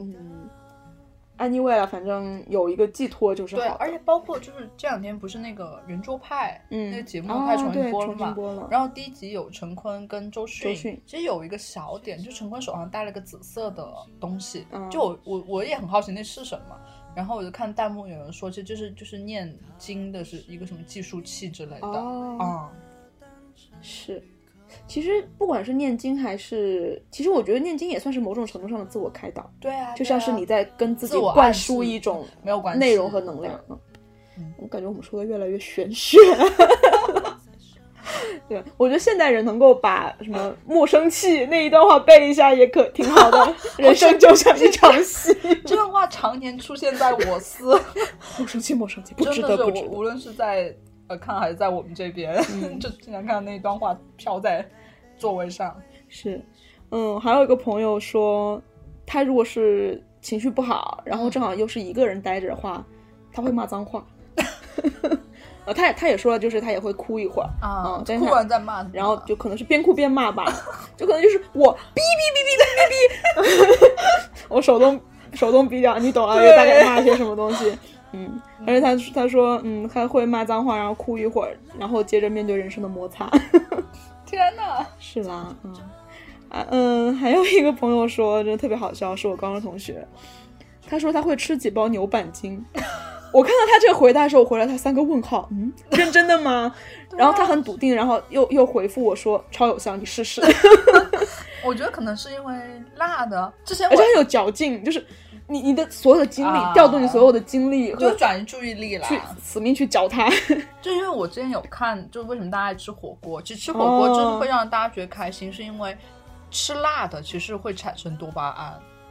S1: anyway 了，反正有一个寄托就是好的。
S2: 对，而且包括就是这两天不是那个圆桌派那个节目开始重新播了嘛，然后第一集有陈坤跟周迅，其实有一个小点，就陈坤手上戴了个紫色的东西，就我也很好奇那是什么。然后我就看弹幕有人说，这就是念经的是一个什么计数器之类的。
S1: 是，其实不管是念经还是，其实我觉得念经也算是某种程度上的自我开导。
S2: 对啊，
S1: 就像是你在跟自己灌输一种
S2: 没有关系
S1: 内容和能量。我感觉我们说的越来越玄学。对，我觉得现代人能够把什么莫生气那一段话背一下也挺好的。人生就像一场戏。
S2: 这段话常年出现在我司。
S1: 莫生气，不值得，不值得。
S2: 无论是在看还是在我们这边，就经常看到那一段话飘在座位上。
S1: 是，还有一个朋友说，他如果是情绪不好，然后正好又是一个人待着的话，他会骂脏话。他也说了，就是他也会哭一会儿
S2: 哭完再骂，
S1: 然后就可能是边哭边骂吧，就可能就是我哔哔哔哔哔哔哔，我手动哔掉，你懂啊？就大概骂些什么东西。而且他说他会骂脏话，然后哭一会儿，然后接着面对人生的摩擦。
S2: 天哪，
S1: 是啦，还有一个朋友说，真的特别好笑，是我高中同学，他说他会吃几包牛板筋。我看到他这个回答的时候，我回了他3个问号，认真的吗？然后他很笃定，然后又回复我说超有效，你试试。
S2: 我觉得可能是因为辣的，之前
S1: 而且很有嚼劲，就是你的所有的精力，调动你所有的精力，
S2: 就转移注意力了，
S1: 去死命去嚼它。
S2: 就因为我之前有看，就为什么大家爱吃火锅，其实吃火锅就是会让大家觉得开心，是因为吃辣的其实会产生多巴胺。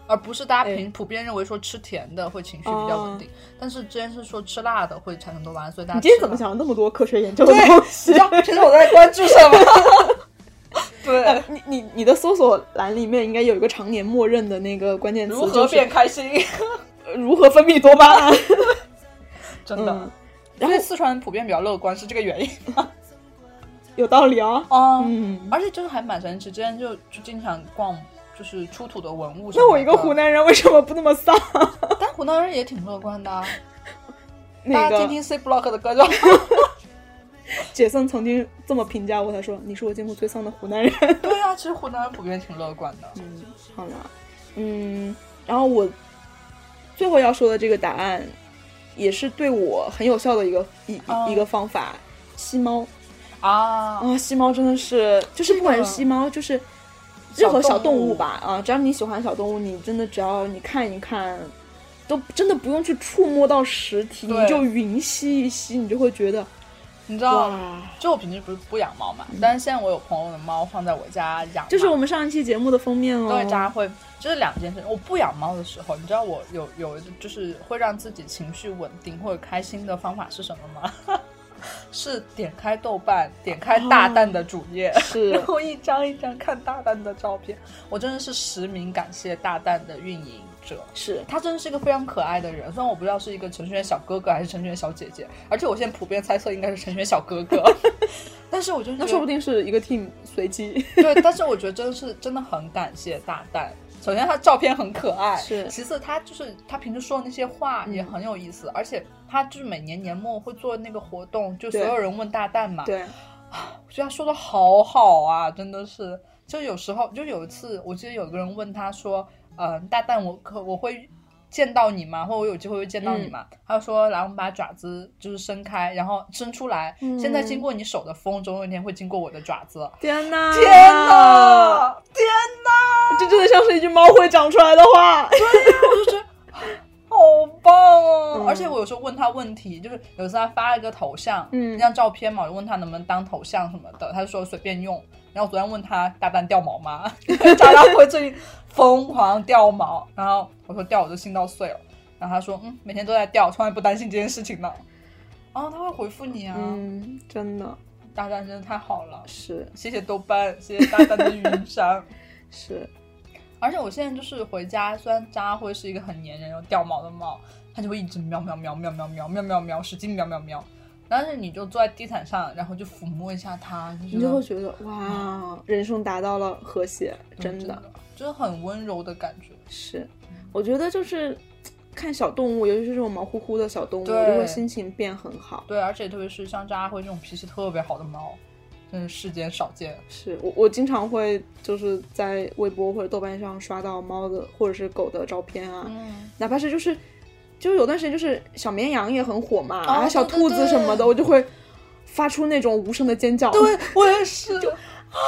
S2: 而不是大家普遍认为说吃甜的会情绪比较稳定，但是之前是说吃辣的会产生多巴胺，所以大家
S1: 你今天怎么讲了那么多科学研究的东西？
S2: 其实我在关注什么？对，
S1: 你的搜索栏里面应该有一个常年默认的那个关键词，
S2: 如何变开心，
S1: 如何分泌多巴胺，
S2: 真的。然后四川人普遍比较乐观，是这个原因吗？
S1: 有道理啊。
S2: 而且就是还蛮神奇，之前就经常逛就是出土的文物什么的。
S1: 那我一个湖南人为什么不那么丧？
S2: 但湖南人也挺乐观的啊。
S1: 大
S2: 家听听 C Block 的歌就好。
S1: 杰森曾经这么评价我，他说：“你是我见过最丧的湖南人。”
S2: 对啊，其实湖南人普遍挺乐观的。
S1: 好啦，然后我最后要说的这个答案，也是对我很有效的一个方法，吸猫啊，吸猫真的是，就是不管是吸猫，就是任何小动物吧，只要你喜欢小动物，你真的只要你看一看，都真的不用去触摸到实体，你就云吸一吸，你就会觉得。
S2: 你知道，就我平时不养猫嘛，但是现在我有朋友的猫放在我家养，
S1: 就是我们上一期节目的封面哦。
S2: 对，家会就是两件事。我不养猫的时候，你知道我有就是会让自己情绪稳定或者开心的方法是什么吗？是点开豆瓣，点开大蛋的主页，然后一张一张看大蛋的照片。我真的是实名感谢大蛋的运营者，
S1: 是
S2: 他真的是一个非常可爱的人。虽然我不知道是一个程序员小哥哥还是程序员小姐姐，而且我现在普遍猜测应该是程序员小哥哥，但是我就
S1: 那说不定是一个 team 随机。
S2: 对，但是我觉得真的很感谢大蛋。首先他照片很可爱，
S1: 是。
S2: 其次他平时说的那些话也很有意思，而且他就是每年年末会做那个活动，就所有人问大蛋嘛。
S1: 对，
S2: 我觉得他说的好好啊，真的是。就有时候就有一次，我记得有个人问他说，大蛋我会见到你吗？或者我有机会会见到你吗？他就说来，我们把爪子就是伸开，然后伸出来。现在经过你手的风，总有一天会经过我的爪子。
S1: 天哪！
S2: 天哪！天哪！
S1: 这真的像是一句猫会长出来的话。
S2: 对呀，我就觉得好棒哦！而且我有时候问他问题，就是有一次他发了一个头像，那张照片嘛，我就问他能不能当头像什么的，他就说随便用。然后我昨天问他大蛋掉毛吗？渣渣辉最近疯狂掉毛，然后我说掉我就心到碎了，然后他说每天都在掉，从来不担心这件事情呢。他会回复你啊，
S1: 真的，
S2: 大蛋真的太好了，
S1: 是，
S2: 谢谢豆瓣，谢谢大蛋的语音箱，
S1: 是。
S2: 而且我现在就是回家，虽然渣辉是一个很粘人又掉毛的猫，它就会一直喵喵喵喵喵喵喵喵喵，使劲喵喵喵。但是你就坐在地毯上，然后就抚摸一下它，
S1: 你就会觉得哇，人生达到了和谐，真的
S2: 就是很温柔的感觉。
S1: 是，我觉得就是看小动物，尤其是这种毛乎乎的小动物，就会心情变很好。
S2: 对，而且特别是像渣辉这种脾气特别好的猫，真是世间少见。
S1: 是我经常会就是在微博或者豆瓣上刷到猫的或者是狗的照片啊，哪怕是就是有段时间就是小绵羊也很火嘛，然后小兔子什么的，我就会发出那种无声的尖叫。
S2: 对，我也是，就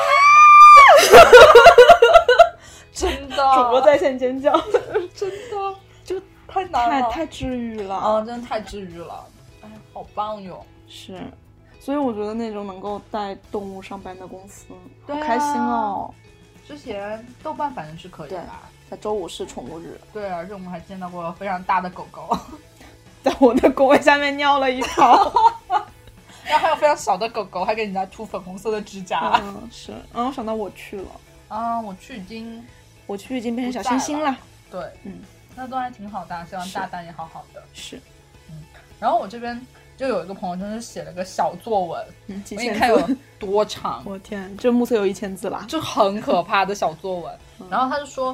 S2: 真的，
S1: 主播在线尖叫，
S2: 真的就太难了，
S1: 太治愈了
S2: 真的太治愈了，哎，好棒哟！
S1: 是，所以我觉得那种能够带动物上班的公司，好开心哦。
S2: 之前豆瓣反正是可以的，
S1: 在周五是宠物日。
S2: 对，而且我们还见到过非常大的狗狗，
S1: 在我的工位下面尿了一泡。
S2: 然后还有非常小的狗狗，还给人家涂粉红色的指甲。
S1: 是，我想到我去了
S2: 我去已经
S1: 变成小星星了。
S2: 对，那都还挺好的，希望大蛋也好好的。
S1: 是，
S2: 然后我这边就有一个朋友，真是写了个小作文，
S1: 我一
S2: 看有多长，
S1: 我天，这目测有1000字了，
S2: 就很可怕的小作文。然后他就说，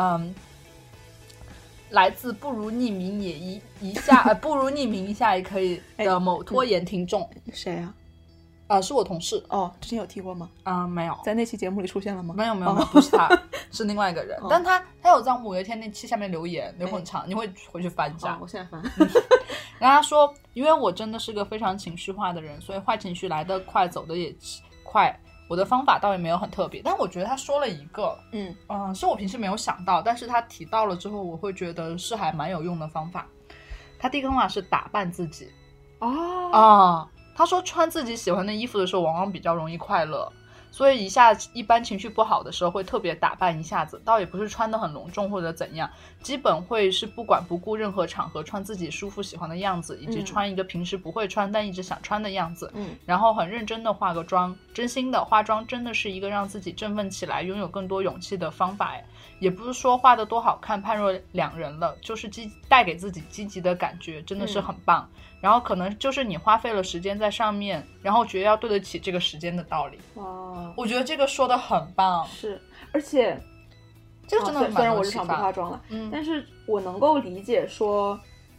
S2: 来自不如匿名一下不如匿名一下也可以的某拖延听众，
S1: 谁啊？
S2: 是我同事。
S1: 之前有提过吗？
S2: 没有，
S1: 在那期节目里出现了吗？
S2: 没有，不是他，是另外一个人。但他有在五月天那期下面留言，留很长，你会回去翻一下。
S1: 我现在翻。
S2: 然后他说，因为我真的是个非常情绪化的人，所以坏情绪来得快，走得也快。我的方法倒也没有很特别，但我觉得他说了一个，是我平时没有想到，但是他提到了之后，我会觉得是还蛮有用的方法。他第一个方法是打扮自己。他说穿自己喜欢的衣服的时候，往往比较容易快乐， 所以一般情绪不好的时候会特别打扮一下子，倒也不是穿得很隆重或者怎样，基本会是不管不顾任何场合穿自己舒服喜欢的样子，以及穿一个平时不会穿但一直想穿的样子，然后很认真的化个妆。真心的，化妆真的是一个让自己振奋起来拥有更多勇气的方法，也不是说画得多好看判若两人了，就是带给自己积极的感觉，真的是很棒。然后可能就是你花费了时间在上面，然后觉得要对得起这个时间的道理。我觉得这个说的很棒。
S1: 是，而且
S2: 这个真的蛮
S1: 虽然我日常不化妆了，但是我能够理解说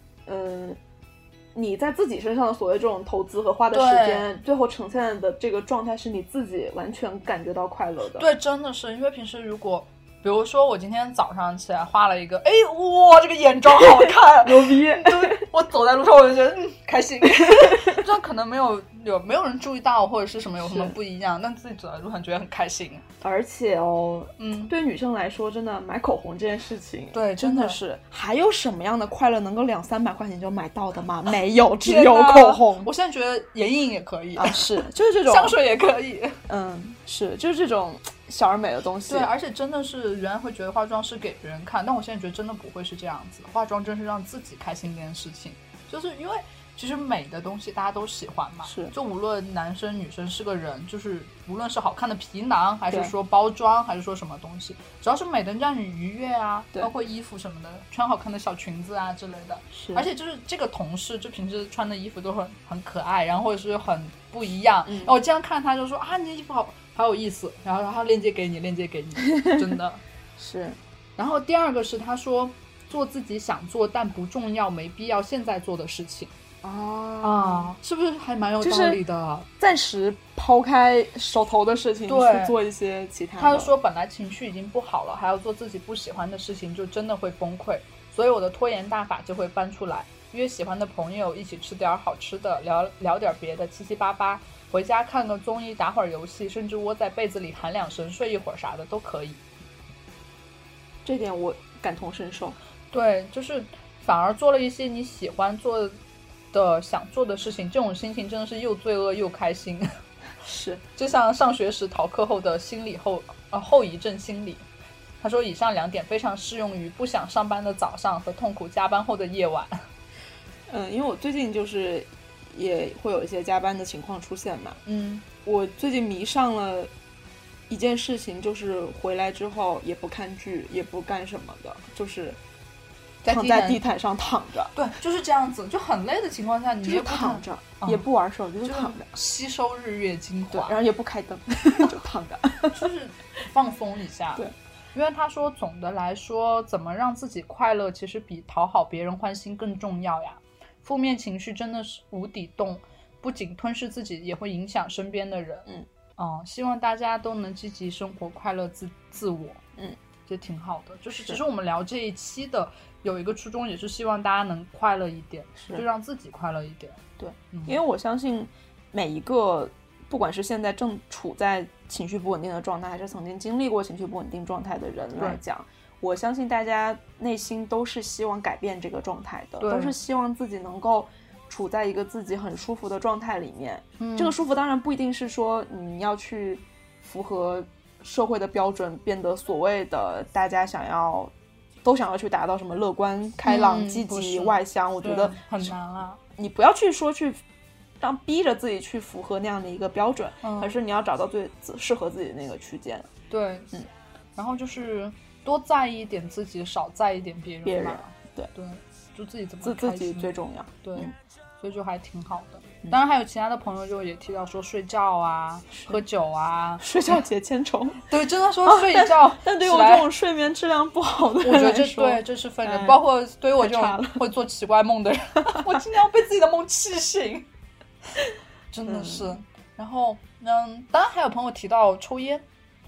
S1: 你在自己身上的所谓这种投资和花的时间，最后呈现的这个状态是你自己完全感觉到快乐的。
S2: 对，真的是，因为平时如果比如说我今天早上起来画了一个，哇，这个眼妆好看，
S1: 牛逼！
S2: 对，我走在路上我就觉得开心。这样可能没有人注意到或者是什么有什么不一样，但自己走在路上觉得很开心。
S1: 而且对女生来说，真的买口红这件事情，
S2: 对，
S1: 真的是还有什么样的快乐能够200-300块钱就买到的吗？没有，只有口红。
S2: 我现在觉得眼影也可以
S1: 是，就是这种
S2: 香水也可以。
S1: 是，就是这种小而美的东西。
S2: 对，而且真的是原来会觉得化妆是给别人看，但我现在觉得真的不会是这样子，化妆真是让自己开心这件事情。就是因为其实美的东西大家都喜欢嘛，
S1: 是，
S2: 就无论男生女生是个人，就是无论是好看的皮囊还是说包装还是说什么东西，只要是美的让你愉悦啊，包括衣服什么的，穿好看的小裙子啊之类的。
S1: 是，
S2: 而且就是这个同事就平时穿的衣服都很可爱，然后或者是很不一样，然后我这样看他就说啊，你的衣服好有意思，然后链接给你真的
S1: 是。
S2: 然后第二个是他说做自己想做但不重要没必要现在做的事情。是不是还蛮有道理的？
S1: 暂时抛开手头的事情去做一些其他的。
S2: 他就说本来情绪已经不好了，还要做自己不喜欢的事情，就真的会崩溃。所以我的拖延大法就会搬出来，约喜欢的朋友一起吃点好吃的，聊点别的，七七八八，回家看个综艺，打会儿游戏，甚至窝在被子里喊2声睡一会儿啥的都可以。
S1: 这点我感同身受。
S2: 对，就是反而做了一些你喜欢做的想做的事情，这种心情真的是又罪恶又开心。
S1: 是，
S2: 就像上学时逃课后的心理后遗症心理。他说以上2点非常适用于不想上班的早上和痛苦加班后的夜晚。
S1: 因为我最近就是也会有一些加班的情况出现嘛。我最近迷上了一件事情，就是回来之后也不看剧也不干什么的，就是躺在地毯上躺着。
S2: 对，就是这样子，就很累的情况下你也不
S1: 躺着，也不玩手机，就躺着，
S2: 吸收日月精华。
S1: 对，然后也不开灯，就躺着，
S2: 就是放松一下。
S1: 对，
S2: 因为他说总的来说，怎么让自己快乐其实比讨好别人欢心更重要呀。负面情绪真的是无底洞，不仅吞噬自己，也会影响身边的人。希望大家都能积极生活，快乐自我。这挺好的。就是其实我们聊这一期的有一个初衷，也是希望大家能快乐一点，就让自己快乐一点。
S1: 对，因为我相信每一个不管是现在正处在情绪不稳定的状态，还是曾经经历过情绪不稳定状态的人来讲，我相信大家内心都是希望改变这个状态的，都是希望自己能够处在一个自己很舒服的状态里面。这个舒服当然不一定是说你要去符合社会的标准，变得所谓的大家都想要去达到什么乐观开朗积极外向，我觉得
S2: 很难啊。
S1: 你不要去逼着自己去符合那样的一个标准，而是你要找到最适合自己的那个区间。
S2: 对，然后就是多在意一点自己，少在意点别人吧。对，就自己怎么开心，
S1: 自己最重要。
S2: 对，所以就还挺好的。当然还有其他的朋友就也提到说睡觉啊，喝酒啊，
S1: 睡觉解千愁。
S2: 对，真的说睡觉，
S1: 但对于我这种睡眠质量不好的人来说，
S2: 我觉得这是分人，包括对于我这种会做奇怪梦的人，我经常被自己的梦气醒，真的是。然后当然还有朋友提到抽烟。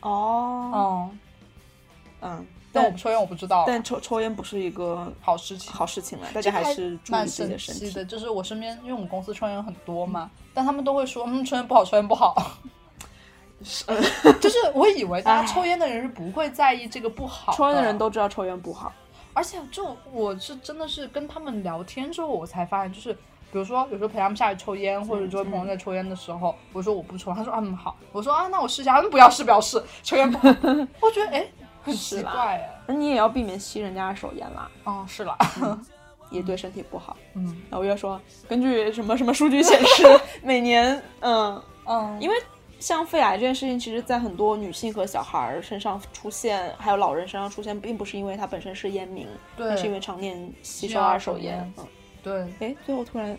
S2: 但我不抽烟，我不知道。
S1: 但抽烟不是一个好事情了，大家还是注意自己的身体。
S2: 的，就是我身边，因为我们公司抽烟很多嘛，但他们都会说，抽烟不好，抽烟不好。就是我以为大家抽烟的人是不会在意这个不好的，
S1: 抽烟的人都知道抽烟不好。
S2: 而且我是真的是跟他们聊天之后，我才发现，就是比如说有时候陪他们下去抽烟，或者周围朋友在抽烟的时候，我说我不抽，他说好，我说那我试一下，不要试抽烟不好。我觉得很奇怪
S1: 那你也要避免吸人家的手烟啦。
S2: 是啦。
S1: 也对身体不好。然后我又说根据什么什么数据显示每年因为像肺癌这件事情，其实在很多女性和小孩身上出现，还有老人身上出现，并不是因为它本身是烟民，
S2: 对，
S1: 它是因为常年吸收二手烟。
S2: 对。
S1: 最后突然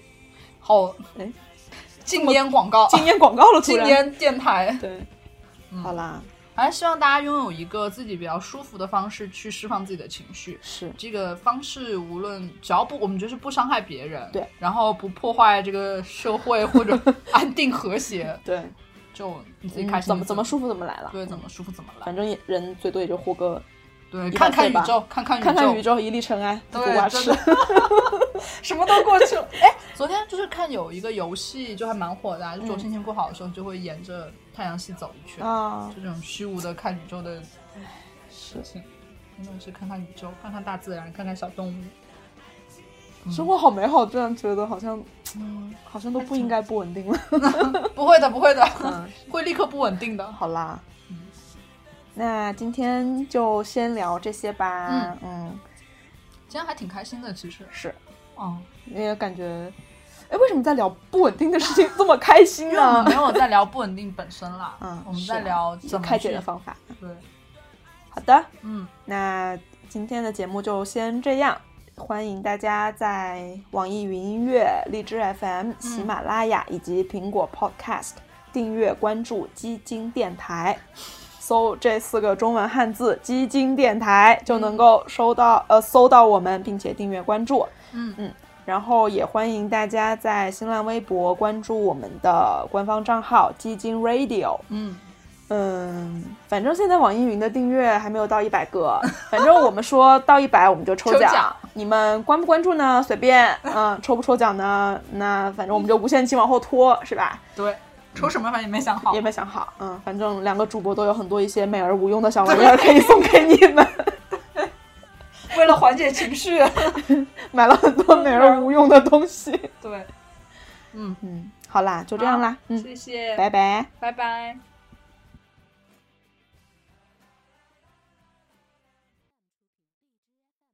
S2: 禁烟广告
S1: 了，
S2: 禁烟电台。
S1: 对，好啦。
S2: 还是希望大家拥有一个自己比较舒服的方式去释放自己的情绪。
S1: 是
S2: 这个方式，无论只要我们觉得是不伤害别人，
S1: 对，
S2: 然后不破坏这个社会或者安定和谐，
S1: 对，
S2: 就你自己开心，
S1: 怎么舒服怎么来了。
S2: 对，怎么舒服怎么来。
S1: 反正人最多也就活个
S2: 对，看看宇宙，看
S1: 宇宙，一粒尘埃，
S2: 对，
S1: 真的
S2: 什么都过去了。昨天就是看有一个游戏，就还蛮火的，就是我心情不好的时候，就会沿着太阳系走一圈就这种虚无的看宇宙的事情，真的是看看宇宙，看看大自然，看看小动物。
S1: 生活好美好，这样觉得好像都不应该不稳定了。
S2: 不会的，会立刻不稳定的。
S1: 好啦。那今天就先聊这些吧。
S2: 今天还挺开心的，其实
S1: 是，因为感觉，为什么在聊不稳定的事情这么开心呢？
S2: 因为我们没有在聊不稳定本身啦，我们在聊怎么
S1: 开解的方法。
S2: 对，
S1: 好的，那今天的节目就先这样。欢迎大家在网易云音乐、荔枝 FM、喜马拉雅以及苹果 Podcast 订阅关注基金电台。搜这4个中文汉字基金电台就能够搜到我们，并且订阅关注。然后也欢迎大家在新浪微博关注我们的官方账号基金 Radio。反正现在网易云的订阅还没有到100个，反正我们说到100我们就抽奖，你们关不关注呢？随便。抽不抽奖呢？那反正我们就无限期往后拖，是吧？
S2: 对。抽什么反正也没想好，
S1: 反正2个主播都有很多一些美而无用的小玩意儿可以送给你们。
S2: 为了缓解情绪，
S1: 买了很多美而无用的东西。
S2: 对，
S1: 好啦，就这样啦。
S2: 谢谢，
S1: 拜拜，
S2: 拜拜。